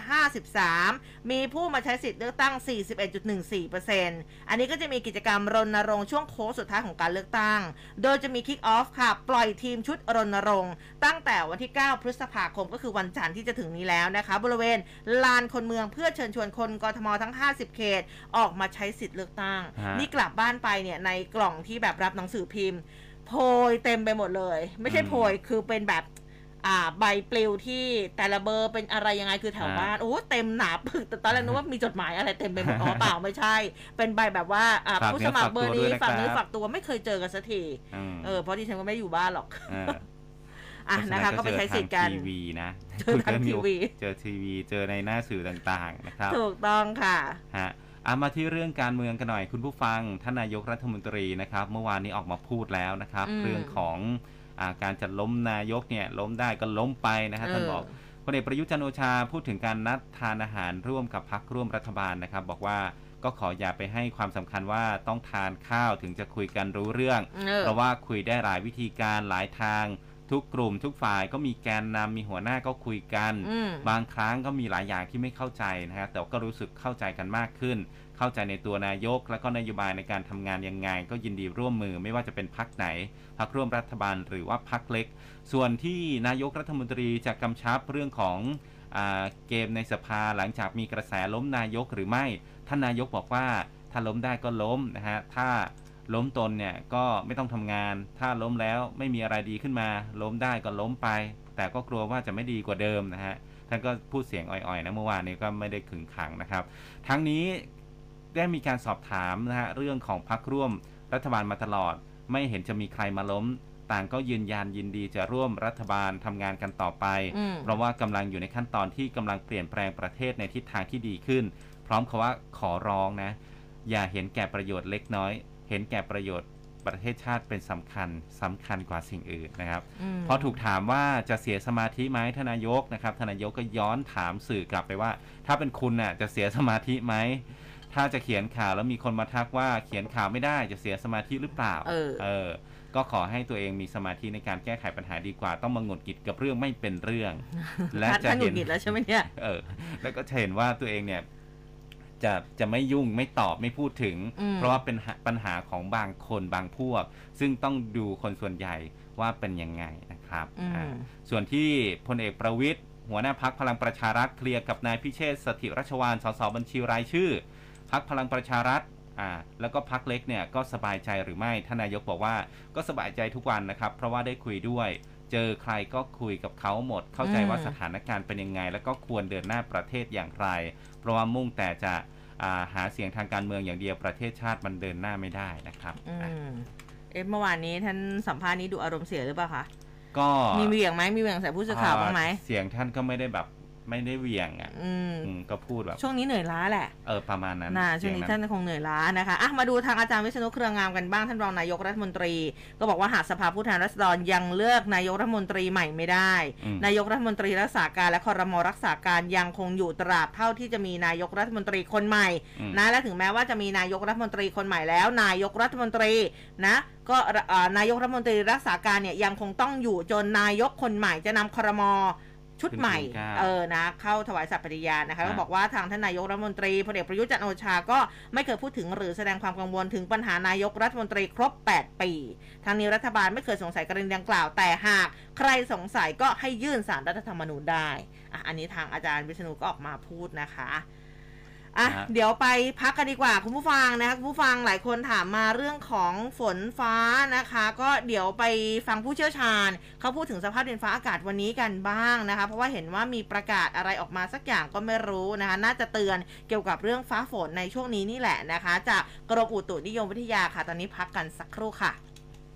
2553มีผู้มาใช้สิทธิ์เลือกตั้ง 41.14% อันนี้ก็จะมีกิจกรรมรณรงค์ช่วงโค้งสุดท้ายของการเลือกตั้งโดยจะมีคิกออฟค่ะปล่อยทีมชุดรณรงค์ตั้งแต่วันที่9พฤษภาคมก็คือวันจันทร์ที่จะถึงนี้แล้วนะคะบริเวณลานคนเมืองเพื่อเชิญชวนคนกทมทั้ง50เขตออกมาใช้สิทธิ์เลือกตั้งนี่กลับบ้านไปเนี่ยในกล่องที่แบบรับหนังสือพิมพ์โพยเต็มไปหมดเลยไม่ใช่โพยคือเป็นแบบใบปลิวที่แต่ละเบอร์เป็นอะไรยังไงคือแถวบ้านเต็มหนาปึกแต่ตอนแรกนึกว่ามีจดหมายอะไรเต็มไปหมดเปล่าไม่ใช่เป็นใบแบบว่าผู้สมัครเบอร์นี้ฝากเนื้อฝากตัวไม่เคยเจอกันสักทีเพราะที่ฉันก็ไม่ได้อยู่บ้านหรอกนะคะก็ไปใช้สิทธิ์กันทีวีนะเจอทางทีวีเจอทีวีเจอในหน้าสื่อต่างๆนะครับถูกต้องค่ะมาที่เรื่องการเมืองกันหน่อยคุณผู้ฟังท่านนายกรัฐมนตรีนะครับเมื่อวานนี้ออกมาพูดแล้วนะครับเรื่องของการจะล้มนายกเนี่ยล้มได้ก็ล้มไปนะฮะท่านบอกพลเอกประยุทธ์จันทร์โอชาพูดถึงการนัดทานอาหารร่วมกับพรรคร่วมรัฐบาลนะครับบอกว่าก็ขออย่าไปให้ความสำคัญว่าต้องทานข้าวถึงจะคุยกันรู้เรื่องเพราะว่าคุยได้หลายวิธีการหลายทางทุกกลุ่มทุกฝ่ายก็มีแกนนำมีหัวหน้าก็คุยกันบางครั้งก็มีหลายอย่างที่ไม่เข้าใจนะฮะแต่ก็รู้สึกเข้าใจกันมากขึ้นเข้าใจในตัวนายกและก็นโยบายในการทำงานยังไงก็ยินดีร่วมมือไม่ว่าจะเป็นพรรคไหนพรรคร่วมรัฐบาลหรือว่าพรรคเล็กส่วนที่นายกรัฐมนตรีจะกำชับเรื่องของเกมในสภาหลังจากมีกระแสล้มนายกหรือไม่ท่านนายกบอกว่าถ้าล้มได้ก็ล้มนะฮะถ้าล้มตนเนี่ยก็ไม่ต้องทำงานถ้าล้มแล้วไม่มีอะไรดีขึ้นมาล้มได้ก็ล้มไปแต่ก็กลัวว่าจะไม่ดีกว่าเดิมนะฮะท่านก็พูดเสียงอ่อยๆนะเมื่อวานนี้ก็ไม่ได้ขึงขังนะครับทั้งนี้ได้มีการสอบถามนะฮะเรื่องของพรรคร่วมรัฐบาลมาตลอดไม่เห็นจะมีใครมาล้มต่างก็ยืนยันยินดีจะร่วมรัฐบาลทำงานกันต่อไปเพราะว่ากำลังอยู่ในขั้นตอนที่กำลังเปลี่ยนแปลงประเทศในทิศทางที่ดีขึ้นพร้อมคำว่าขอร้องนะอย่าเห็นแก่ประโยชน์เล็กน้อยเห็นแก่ประโยชน์ประเทศชาติเป็นสำคัญกว่าสิ่งอื่นนะครับพอถูกถามว่าจะเสียสมาธิไหมทนายกนะครับทนายกก็ย้อนถามสื่อกลับไปว่าถ้าเป็นคุณน่ะจะเสียสมาธิไหมถ้าจะเขียนข่าวแล้วมีคนมาทักว่าเขียนข่าวไม่ได้จะเสียสมาธิหรือเปล่าก็ขอให้ตัวเองมีสมาธิในการแก้ไขปัญหาดีกว่าต้องมาหงุดหงิดกับเรื่องไม่เป็นเรื่องและจะเห็นแล้วใช่ไหมเนี่ยแล้วก็เห็นว่าตัวเองเนี่ยจะไม่ยุ่งไม่ตอบไม่พูดถึงเพราะว่าเป็นปัญหาของบางคนบางพวกซึ่งต้องดูคนส่วนใหญ่ว่าเป็นยังไงนะครับส่วนที่พลเอกประวิตรหัวหน้าพรรคพลังประชารัฐเคลียร์กับนายพิเชษฐ์สถิรชวาลสสบัญชีรายชื่อพรรคพลังประชารัฐแล้วก็พรรคเล็กเนี่ยก็สบายใจหรือไม่ท่านนายกบอกว่าก็สบายใจทุกวันนะครับเพราะว่าได้คุยด้วยเจอใครก็คุยกับเขาหมดเข้าใจว่าสถานการณ์เป็นยังไงแล้วก็ควรเดินหน้าประเทศอย่างไรเพราะว่ามุ่งแต่จะหาเสียงทางการเมืองอย่างเดียวประเทศชาติมันเดินหน้าไม่ได้นะครับเมื่อวานนี้ท่านสัมภาษณ์นี้ดูอารมณ์เสียหรือเปล่าคะก็มีเหวี่ยงไหมมีเหวี่ยงใส่ผู้สื่อข่าวบ้างไหมเสียงท่านก็ไม่ได้แบบไม่ได้เหวี่ยงก็พูดแบบช่วงนี้เหนื่อยล้าแหละประมาณนั้นช่วงนี้ท่านคงเหนื่อยล้านะคะมาดูทางอาจารย์วิษณุเครืองามกันบ้างท่านรองนายกรัฐมนตรีก็บอกว่าหากสภาผู้แทนราษฎรยังเลือกนายกรัฐมนตรีใหม่ไม่ได้นายกรัฐมนตรีรักษาการและครม.รักษาการยังคงอยู่ตราบเท่าที่จะมีนายกรัฐมนตรีคนใหม่นะและถึงแม้ว่าจะมีนายกรัฐมนตรีคนใหม่แล้วนายกรัฐมนตรีนะก็นายกรัฐมนตรีรักษาการเนี่ยยังคงต้องอยู่จนนายกคนใหม่จะนำครม.ชุดใหม่นะเข้าถวายสัตย์ปฏิญาณนะคะก็บอกว่าทางท่านนายกรัฐมนตรีพลเอกประยุทธ์จันทร์โอชาก็ไม่เคยพูดถึงหรือแสดงความกังวลถึงปัญหานายกรัฐมนตรีครบ8ปีทางนี้รัฐบาลไม่เคยสงสัยกรณีดังกล่าวแต่หากใครสงสัยก็ให้ยื่นศาลรัฐธรรมนูญได้อันนี้ทางอาจารย์วิษณุก็ออกมาพูดนะคะเดี๋ยวไปพักกันดีกว่าคุณผู้ฟังนะคะคุณผู้ฟังหลายคนถามมาเรื่องของฝนฟ้านะคะก็เดี๋ยวไปฟังผู้เชี่ยวชาญเขาพูดถึงสภาพดินฟ้าอากาศวันนี้กันบ้างนะคะเพราะว่าเห็นว่ามีประกาศอะไรออกมาสักอย่างก็ไม่รู้นะคะน่าจะเตือนเกี่ยวกับเรื่องฟ้าฝนในช่วงนี้นี่แหละนะคะจากกรมอุตุนิยมวิทยาค่ะตอนนี้พักกันสักครู่ค่ะ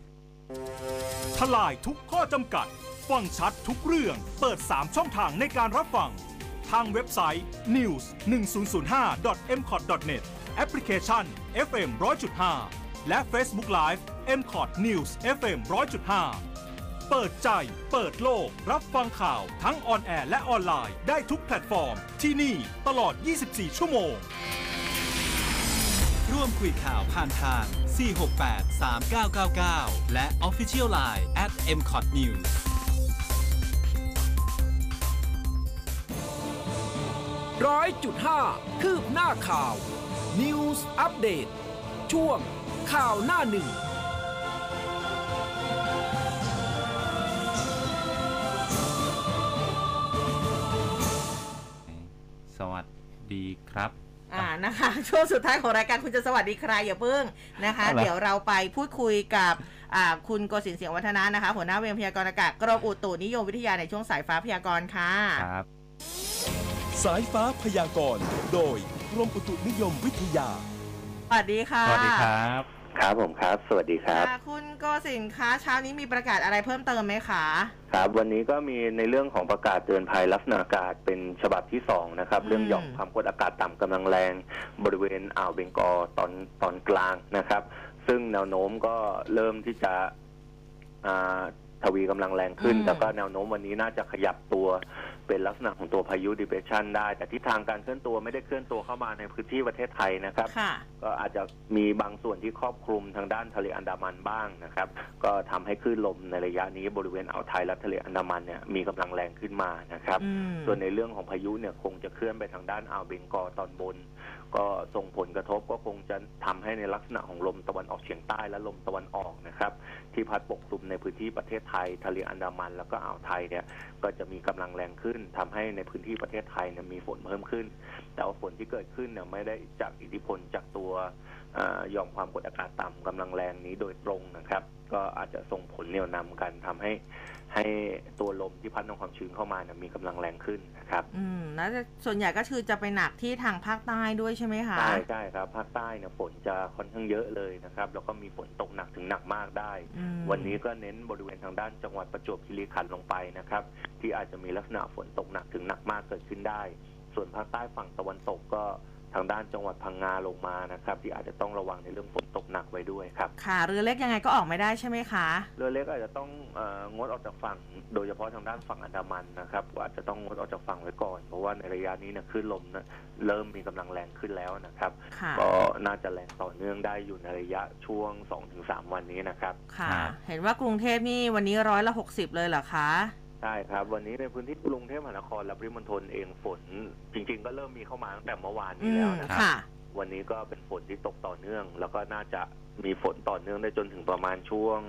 ทลายทุกข้อจำกัดฟังชัดทุกเรื่องเปิด3ช่องทางในการรับฟังทางเว็บไซต์ news1005.mcot.net แอปพลิเคชัน FM 100.5 และ Facebook Live mcot news FM 100.5 เปิดใจเปิดโลกรับฟังข่าวทั้งออนแอร์และออนไลน์ได้ทุกแพลตฟอร์มที่นี่ตลอด 24 ชั่วโมงร่วมคุยข่าวผ่านทาง 468-3999 และ Official Line @mcotnews 100.5 คืบหน้าข่าว News Update ช่วงข่าวหน้าหนึ่งสวัสดีครับนะคะช่วงสุดท้ายของรายการคุณจะสวัสดีใครอย่าเพิ่งนะคะเดี๋ยวเราไปพูดคุยกับคุณโกศินทร์เสียงวัฒนะนะคะหัวหน้าเวรพยากรณ์อากาศกรมอุตุนิยมวิทยาในช่วงสายฟ้าพยากรณ์ค่ะครับสายฟ้าพยากรณ์โดยกรมอุตุนิยมวิทยาสวัสดีค่ะสวัสดีครับครับผมครับสวัสดีครับคุณโกศินทร์คะเช้านี้มีประกาศอะไรเพิ่มเติมไหมคะครับวันนี้ก็มีในเรื่องของประกาศเตือนภัยลักษณะอากาศเป็นฉบับที่2นะครับเรื่องหย่อมความกดอากาศต่ำกำลังแรงบริเวณอ่าวเบงกอลตอนกลางนะครับซึ่งแนวโน้มก็เริ่มที่จะทวีกำลังแรงขึ้นแล้วก็แนวโน้มวันนี้น่าจะขยับตัวเป็นลักษณะของตัวพายุ depression ได้แต่ทิศทางการเคลื่อนตัวไม่ได้เคลื่อนตัวเข้ามาในพื้นที่ประเทศไทยนะครับก็อาจจะมีบางส่วนที่ครอบคลุมทางด้านทะเลอันดามันบ้างนะครับก็ทำให้คลื่นลมในระยะนี้บริเวณอ่าวไทยและทะเลอันดามันเนี่ยมีกำลังแรงขึ้นมานะครับส่วนในเรื่องของพายุเนี่ยคงจะเคลื่อนไปทางด้านอ่าวเบงกอลตอนบนก็ส่งผลกระทบก็คงจะทำให้ในลักษณะของลมตะวันออกเฉียงใต้และลมตะวันออกนะครับที่พัดปกคลุมในพื้นที่ประเทศไทยทะเลอันดามันแล้วก็อ่าวไทยเนี่ยก็จะมีกำลังแรงขึ้นทำให้ในพื้นที่ประเทศไทยเนี่ยมีฝนเพิ่มขึ้นแต่ว่าฝนที่เกิดขึ้นเนี่ยไม่ได้จากอิทธิพลจากตัวหย่อมความกดอากาศต่ำกำลังแรงนี้โดยตรงนะครับก็อาจจะส่งผลเหนี่ยวนำกันทำให้ตัวลมที่พัดนำความชื้นเข้ามาเนี่ยมีกำลังแรงขึ้นนะครับน่าจะส่วนใหญ่ก็คือจะไปหนักที่ทางภาคใต้ด้วยใช่ไหมคะใช่ครับภาคใต้เนี่ยฝนจะค่อนข้างเยอะเลยนะครับแล้วก็มีฝนตกหนักถึงหนักมากได้วันนี้ก็เน้นบริเวณทางด้านจังหวัดประจวบคีรีขันธ์ลงไปนะครับที่อาจจะมีลักษณะฝนตกหนักถึงหนักมากเกิดขึ้นได้ส่วนภาคใต้ฝั่งตะวันตกก็ทางด้านจังหวัดพังงาลงมานะครับที่อาจจะต้องระวังในเรื่องฝนตกหนักไว้ด้วยครับค่ะเรือเล็กยังไงก็ออกไม่ได้ใช่ไหมคะเรือเล็กอาจจะต้องงดออกจากฝั่งโดยเฉพาะทางด้านฝั่งอันดามันนะครับอาจจะต้องงดออกจากฝั่งไว้ก่อนเพราะว่าในระยะนี้เนี่ยคลื่นลมนะเริ่มมีกำลังแรงขึ้นแล้วนะครับก็น่าจะแรงต่อเนื่องได้อยู่ในระยะช่วง 2-3 วันนี้นะครับค่ะเห็นว่ากรุงเทพนี่วันนี้60%เลยเหรอคะใช่ครับวันนี้ในพื้นที่กรุงเทพมหานครและปริมณฑลเองฝนจริงๆก็เริ่มมีเข้ามาตั้งแต่เมื่อวานนี้แล้วนะครับวันนี้ก็เป็นฝนที่ตกต่อเนื่องแล้วก็น่าจะมีฝนต่อเนื่องได้จนถึงประมาณช่วง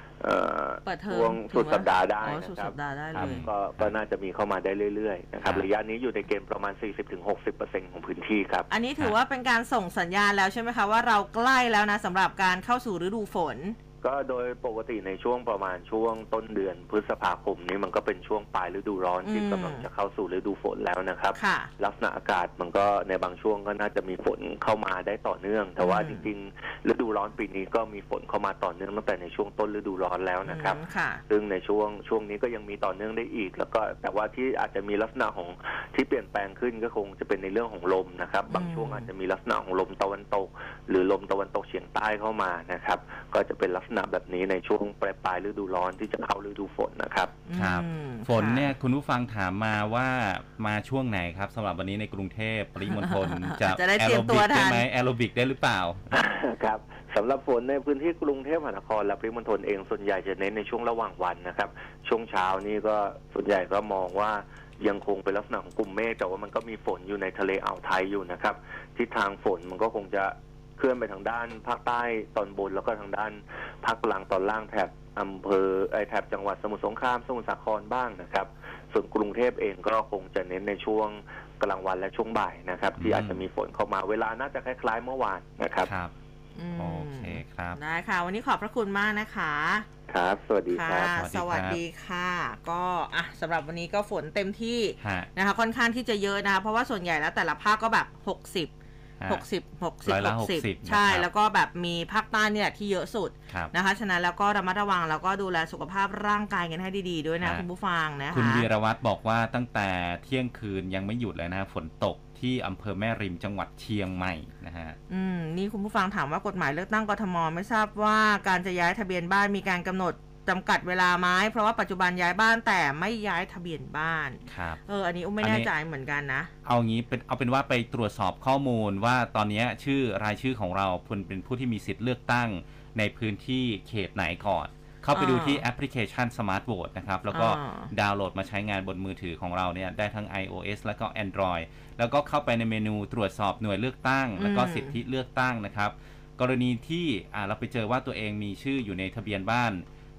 สุดสัปดาห์ได้นะครับก็น่าจะมีเข้ามาได้เรื่อยๆนะครับระยะนี้อยู่ในเกณฑ์ประมาณ 40-60% ของพื้นที่ครับอันนี้ถือว่าเป็นการส่งสัญญาณแล้วใช่ไหมคะว่าเราใกล้แล้วนะสำหรับการเข้าสู่ฤดูฝนก็โดยปกติในช่วงประมาณช่วงต้นเดือนพฤษภาคมนี้มันก็เป็นช่วงปลายฤดูร้อนที่กำลังจะเข้าสู่ฤดูฝนแล้วนะครับลักษณะอากาศมันก็ในบางช่วงก็น่าจะมีฝนเข้ามาได้ต่อเนื่องแต่ว่าจริงๆฤดูร้อนปีนี้ก็มีฝนเข้ามาต่อเนื่องตั้งแต่ในช่วงต้นฤดูร้อนแล้วนะครับซึ่งในช่วงนี้ก็ยังมีต่อเนื่องได้อีกแล้วก็แต่ว่าที่อาจจะมีลักษณะของที่เปลี่ยนแปลงขึ้นก็คงจะเป็นในเรื่องของลมนะครับบางช่วงอาจจะมีลักษณะของลมตะวันตกหรือลมตะวันตกเฉียงใต้เข้ามานะครับก็จะเป็นลักษณะแบบนี้ในช่วงปลายฤดูร้อนที่จะเข้าฤดูฝนนะครับครับฝนเนี่ยคุณผู้ฟังถามมาว่ามาช่วงไหนครับสำหรับวันนี้ในกรุงเทพปริมณฑลจะได้เตรียมตัวได้ไหมแอโรบิกได้หรือเปล่าครับสำหรับฝนในพื้นที่กรุงเทพมหานครและปริมณฑลเองส่วนใหญ่จะเน้นในช่วงระหว่างวันนะครับช่วงเช้านี้ก็ส่วนใหญ่ก็มองว่ายังคงเป็นลักษณะของกลุ่มเมฆแต่ว่ามันก็มีฝนอยู่ในทะเลอ่าวไทยอยู่นะครับทิศทางฝนมันก็คงจะเคลื่อนไปทางด้านภาคใต้ตอนบนแล้วก็ทางด้านภาคกลางตอนล่างแถบอำเภอแถบจังหวัดสมุทรสงครามสมุทรสาครบ้างนะครับส่วนกรุงเทพเองก็คงจะเน้นในช่วงกลางวันและช่วงบ่ายนะครับที่อาจจะมีฝนเข้ามาเวลาน่าจะคล้ายๆเมื่อวานนะครับโอเคครับได้ค่ะวันนี้ขอบพระคุณมากนะคะครับสวัสดีครับสวัสดีค่ะก็สำหรับวันนี้ก็ฝนเต็มที่นะคะค่อนข้างที่จะเยอะนะคะเพราะว่าส่วนใหญ่แล้วแต่ละภาคก็แบบ60 60ใช่แล้วก็แบบมีภาคใต้เนี่ยที่เยอะสุดนะคะฉะนั้นแล้วก็ระมัดระวังแล้วก็ดูแลสุขภาพร่างกายกันให้ดีๆด้วยนะคุณผู้ฟังนะคะคุณวีรวัฒน์บอกว่าตั้งแต่เที่ยงคืนยังไม่หยุดเลยนะฝนตกที่อำเภอแม่ริมจังหวัดเชียงใหม่นะฮะนี่คุณผู้ฟังถามว่ากฎหมายเลือกตั้งกทมไม่ทราบว่าการจะย้ายทะเบียนบ้านมีการกำหนดจำกัดเวลาไหมเพราะว่าปัจจุบันย้ายบ้านแต่ไม่ย้ายทะเบียนบ้านครับอันนี้อุ้มไม่แน่ใจเหมือนกันนะเอาเป็นว่าไปตรวจสอบข้อมูลว่าตอนนี้รายชื่อของเราเป็นผู้ที่มีสิทธิ์เลือกตั้งในพื้นที่เขตไหนก่อนเข้าไปดูที่แอปพลิเคชัน Smart Vote นะครับแล้วก็ดาวน์โหลดมาใช้งานบนมือถือของเราเนี่ยได้ทั้ง iOS แล้วก็ Android แล้วก็เข้าไปในเมนูตรวจสอบหน่วยเลือกตั้งแล้วก็สิทธิเลือกตั้งนะครับกรณีที่เราไปเจอว่าตัวเองมีชื่ออยู่ในทะเบียนบ้าน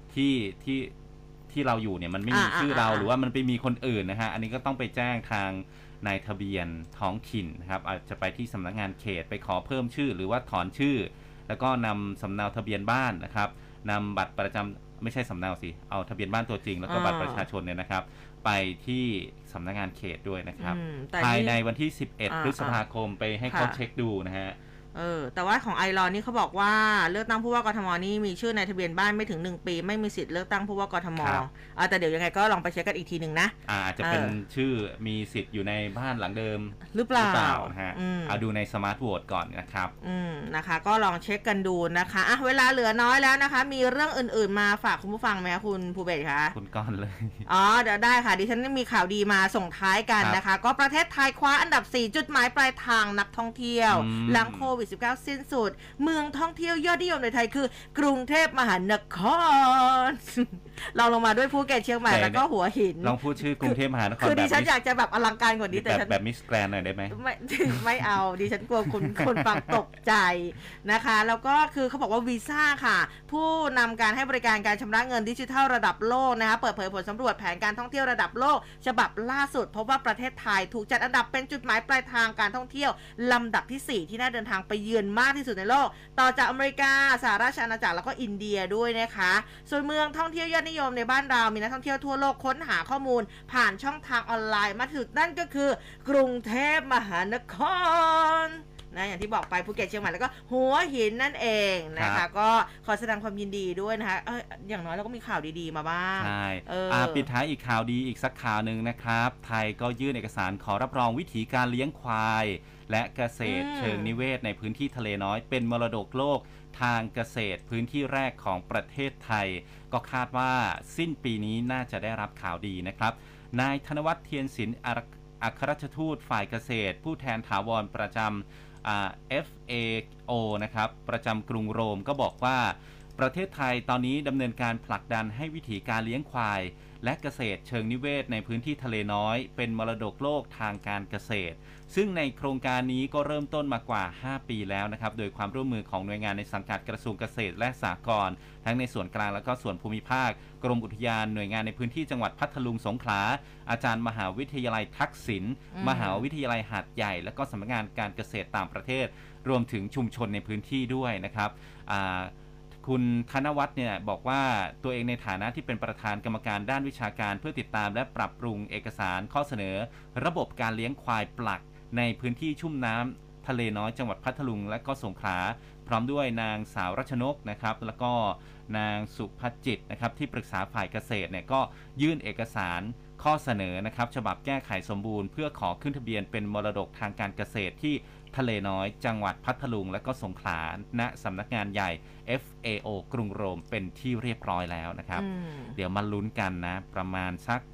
ที่เราอยู่เนี่ยมันไม่มีชื่อเราหรือว่ามันไปมีคนอื่นนะฮะอันนี้ก็ต้องไปแจ้งทางนายทะเบียนท้องถิ่นนะครับอาจจะไปที่สำนักงานเขตไปขอเพิ่มชื่อหรือว่าถอนชื่อแล้วก็นำสำเนาทะเบียนบ้านนะครับนำบัตรประจำไม่ใช่สำเนาสิเอาทะเบียนบ้านตัวจริงแล้วก็บัตรประชาชนเนี่ยนะครับไปที่สำนักงานเขตด้วยนะครับภายในวันที่11พฤษภาคมไปให้เขาเช็คดูนะฮะแต่ว่าของไอรอนนี่เขาบอกว่าเลือกตั้งผู้ว่ากทมนี่มีชื่อในทะเบียนบ้านไม่ถึง1ปีไม่มีสิทธิ์เลือกตั้งผู้ว่ากทมแต่เดี๋ยวยังไงก็ลองไปเช็คกันอีกทีหนึ่งนะอาจจะเป็นชื่อมีสิทธิ์อยู่ในบ้านหลังเดิมหรือเปล่านะฮะเอาดูในสมาร์ทโหวตก่อนนะครับนะคะก็ลองเช็คกันดูนะคะเวลาเหลือน้อยแล้วนะคะมีเรื่องอื่นๆมาฝากคุณผู้ฟังไหมคุณภูเบศคะคุณก้อนเลยเดี๋ยวได้ค่ะดิฉันมีข่าวดีมาส่งท้ายกันนะคะก็ประเทศไทยคว้าอันดับ4จุดหมายปลายทางนักท่องเที่ยวหลังโควิด-19สิ้นสุดเมืองท่องเที่ยวยอดนิยมในไทยคือกรุงเทพมหานครเราลงมาด้วยภูเก็ตเชียงใหม่แล้วก็หัวหินลองพูดชื่อกรุงเทพมหานครคือดิฉันอยากจะแบบอลังการกว่านี้แต่แบบมิสแกรนด์หน่อยได้ไหมไม่เอาดิฉันกลัวคนฟังตกใจนะคะแล้วก็คือเขาบอกว่าวีซ่าค่ะผู้นำการให้บริการการชำระเงินดิจิทัลระดับโลกนะคะเปิดเผยผลสำรวจแผนการท่องเที่ยวระดับโลกฉบับล่าสุดพบว่าประเทศไทยถูกจัดอันดับเป็นจุดหมายปลายทางการท่องเที่ยวลำดับที่4ที่น่าเดินทางไปเยือนมากที่สุดในโลกต่อจากอเมริกาสหราชอาณาจักรแล้วก็อินเดียด้วยนะคะส่วนเมืองท่องเที่ยวยอดนิยมในบ้านเรามีนักท่องเที่ยวทั่วโลกค้นหาข้อมูลผ่านช่องทางออนไลน์มาถึงนั่นก็คือกรุงเทพมหานครนะอย่างที่บอกไปภูเก็ตเชียงใหม่แล้วก็หัวหินนั่นเองนะคะก็ขอแสดงความยินดีด้วยนะคะอย่างน้อยเราก็มีข่าวดีๆมาบ้างใช่ปิดท้ายอีกข่าวดีอีกสักข่าวหนึ่งนะครับไทยก็ยื่นเอกสารขอรับรองวิธีการเลี้ยงควายและเกษตรเชิงนิเวศในพื้นที่ทะเลน้อยเป็นมรดกโลกทางเกษตรพื้นที่แรกของประเทศไทยก็คาดว่าสิ้นปีนี้น่าจะได้รับข่าวดีนะครับนายธนวัฒน์เทียนศิลป์อัครราชทูตฝ่ายเกษตรผู้แทนถาวรประจำFAO นะครับประจำกรุงโรมก็บอกว่าประเทศไทยตอนนี้ดำเนินการผลักดันให้วิธีการเลี้ยงควายและเกษตรเชิงนิเวศในพื้นที่ทะเลน้อยเป็นมรดกโลกทางการเกษตรซึ่งในโครงการนี้ก็เริ่มต้นมากว่า5ปีแล้วนะครับโดยความร่วมมือของหน่วยงานในสังกัดกระทรวงเกษตรและสหกรณ์ทั้งในส่วนกลางและก็ส่วนภูมิภาคกรมอุทยานหน่วยงานในพื้นที่จังหวัดพัทลุงสงขลาอาจารย์มหาวิทยาลัยทักษิณมหาวิทยาลัยหาดใหญ่และก็สำนักงานการเกษตรต่างประเทศรวมถึงชุมชนในพื้นที่ด้วยนะครับคุณธนวัฒน์เนี่ยบอกว่าตัวเองในฐานะที่เป็นประธานกรรมการด้านวิชาการเพื่อติดตามและปรับปรุงเอกสารข้อเสนอระบบการเลี้ยงควายปลักในพื้นที่ชุ่มน้ำทะเลน้อยจังหวัดพัทลุงและก็สงขลาพร้อมด้วยนางสาวรัชนกนะครับแล้วก็นางสุภจิตนะครับที่ปรึกษาฝ่ายเกษตรเนี่ยก็ยื่นเอกสารข้อเสนอนะครับฉบับแก้ไขสมบูรณ์เพื่อขอขึ้นทะเบียนเป็นมรดกทางการเกษตรที่ทะเลน้อยจังหวัดพัทลุงและก็สงขลาณสำนักงานใหญ่ FAO กรุงโรมเป็นที่เรียบร้อยแล้วนะครับเดี๋ยวมาลุ้นกันนะประมาณสัก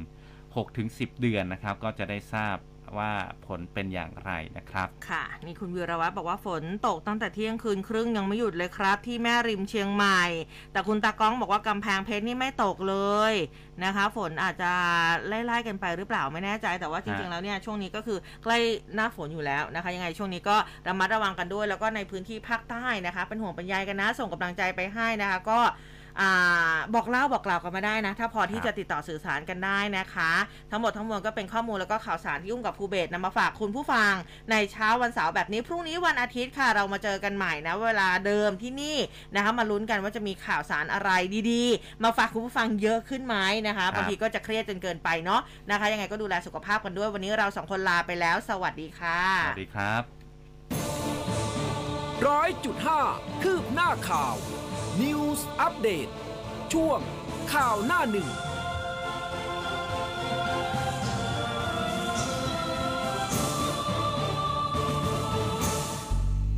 6-10 เดือนนะครับก็จะได้ทราบว่าผลเป็นอย่างไรนะครับค่ะนี่คุณวีรวัฒน์บอกว่าฝนตกตั้งแต่เที่ยงคืนครึ่งยังไม่หยุดเลยครับที่แม่ริมเชียงใหม่แต่คุณตาก้องบอกว่ากำแพงเพชรนี่ไม่ตกเลยนะคะฝนอาจจะไล่ๆกันไปหรือเปล่าไม่แน่ใจแต่ว่าจริงๆแล้วเนี่ยช่วงนี้ก็คือใกล้หน้าฝนอยู่แล้วนะคะยังไงช่วงนี้ก็ระมัดระวังกันด้วยแล้วก็ในพื้นที่ภาคใต้นะคะเป็นห่วงเป็นใยกันนะส่งกำลังใจไปให้นะคะก็บอกเล่าบอกกล่าวกันมาได้นะถ้าพอที่จะติดต่อสื่อสารกันได้นะคะทั้งหมดทั้งมวลก็เป็นข้อมูลแล้วก็ข่าวสารที่ยุ่งกับภูเบศนำมาฝากคุณผู้ฟังในเช้าวันเสาร์แบบนี้พรุ่งนี้วันอาทิตย์ค่ะเรามาเจอกันใหม่นะเวลาเดิมที่นี่นะคะมาลุ้นกันว่าจะมีข่าวสารอะไรดีๆมาฝากคุณผู้ฟังเยอะขึ้นไหมนะคะบางทีก็จะเครียดจนเกินไปเนาะนะคะยังไงก็ดูแลสุขภาพกันด้วยวันนี้เรา2คนลาไปแล้วสวัสดีค่ะสวัสดีครับ 100.5 คืบหน้าข่าว News Update ช่วงข่าวหน้าหนึ่ง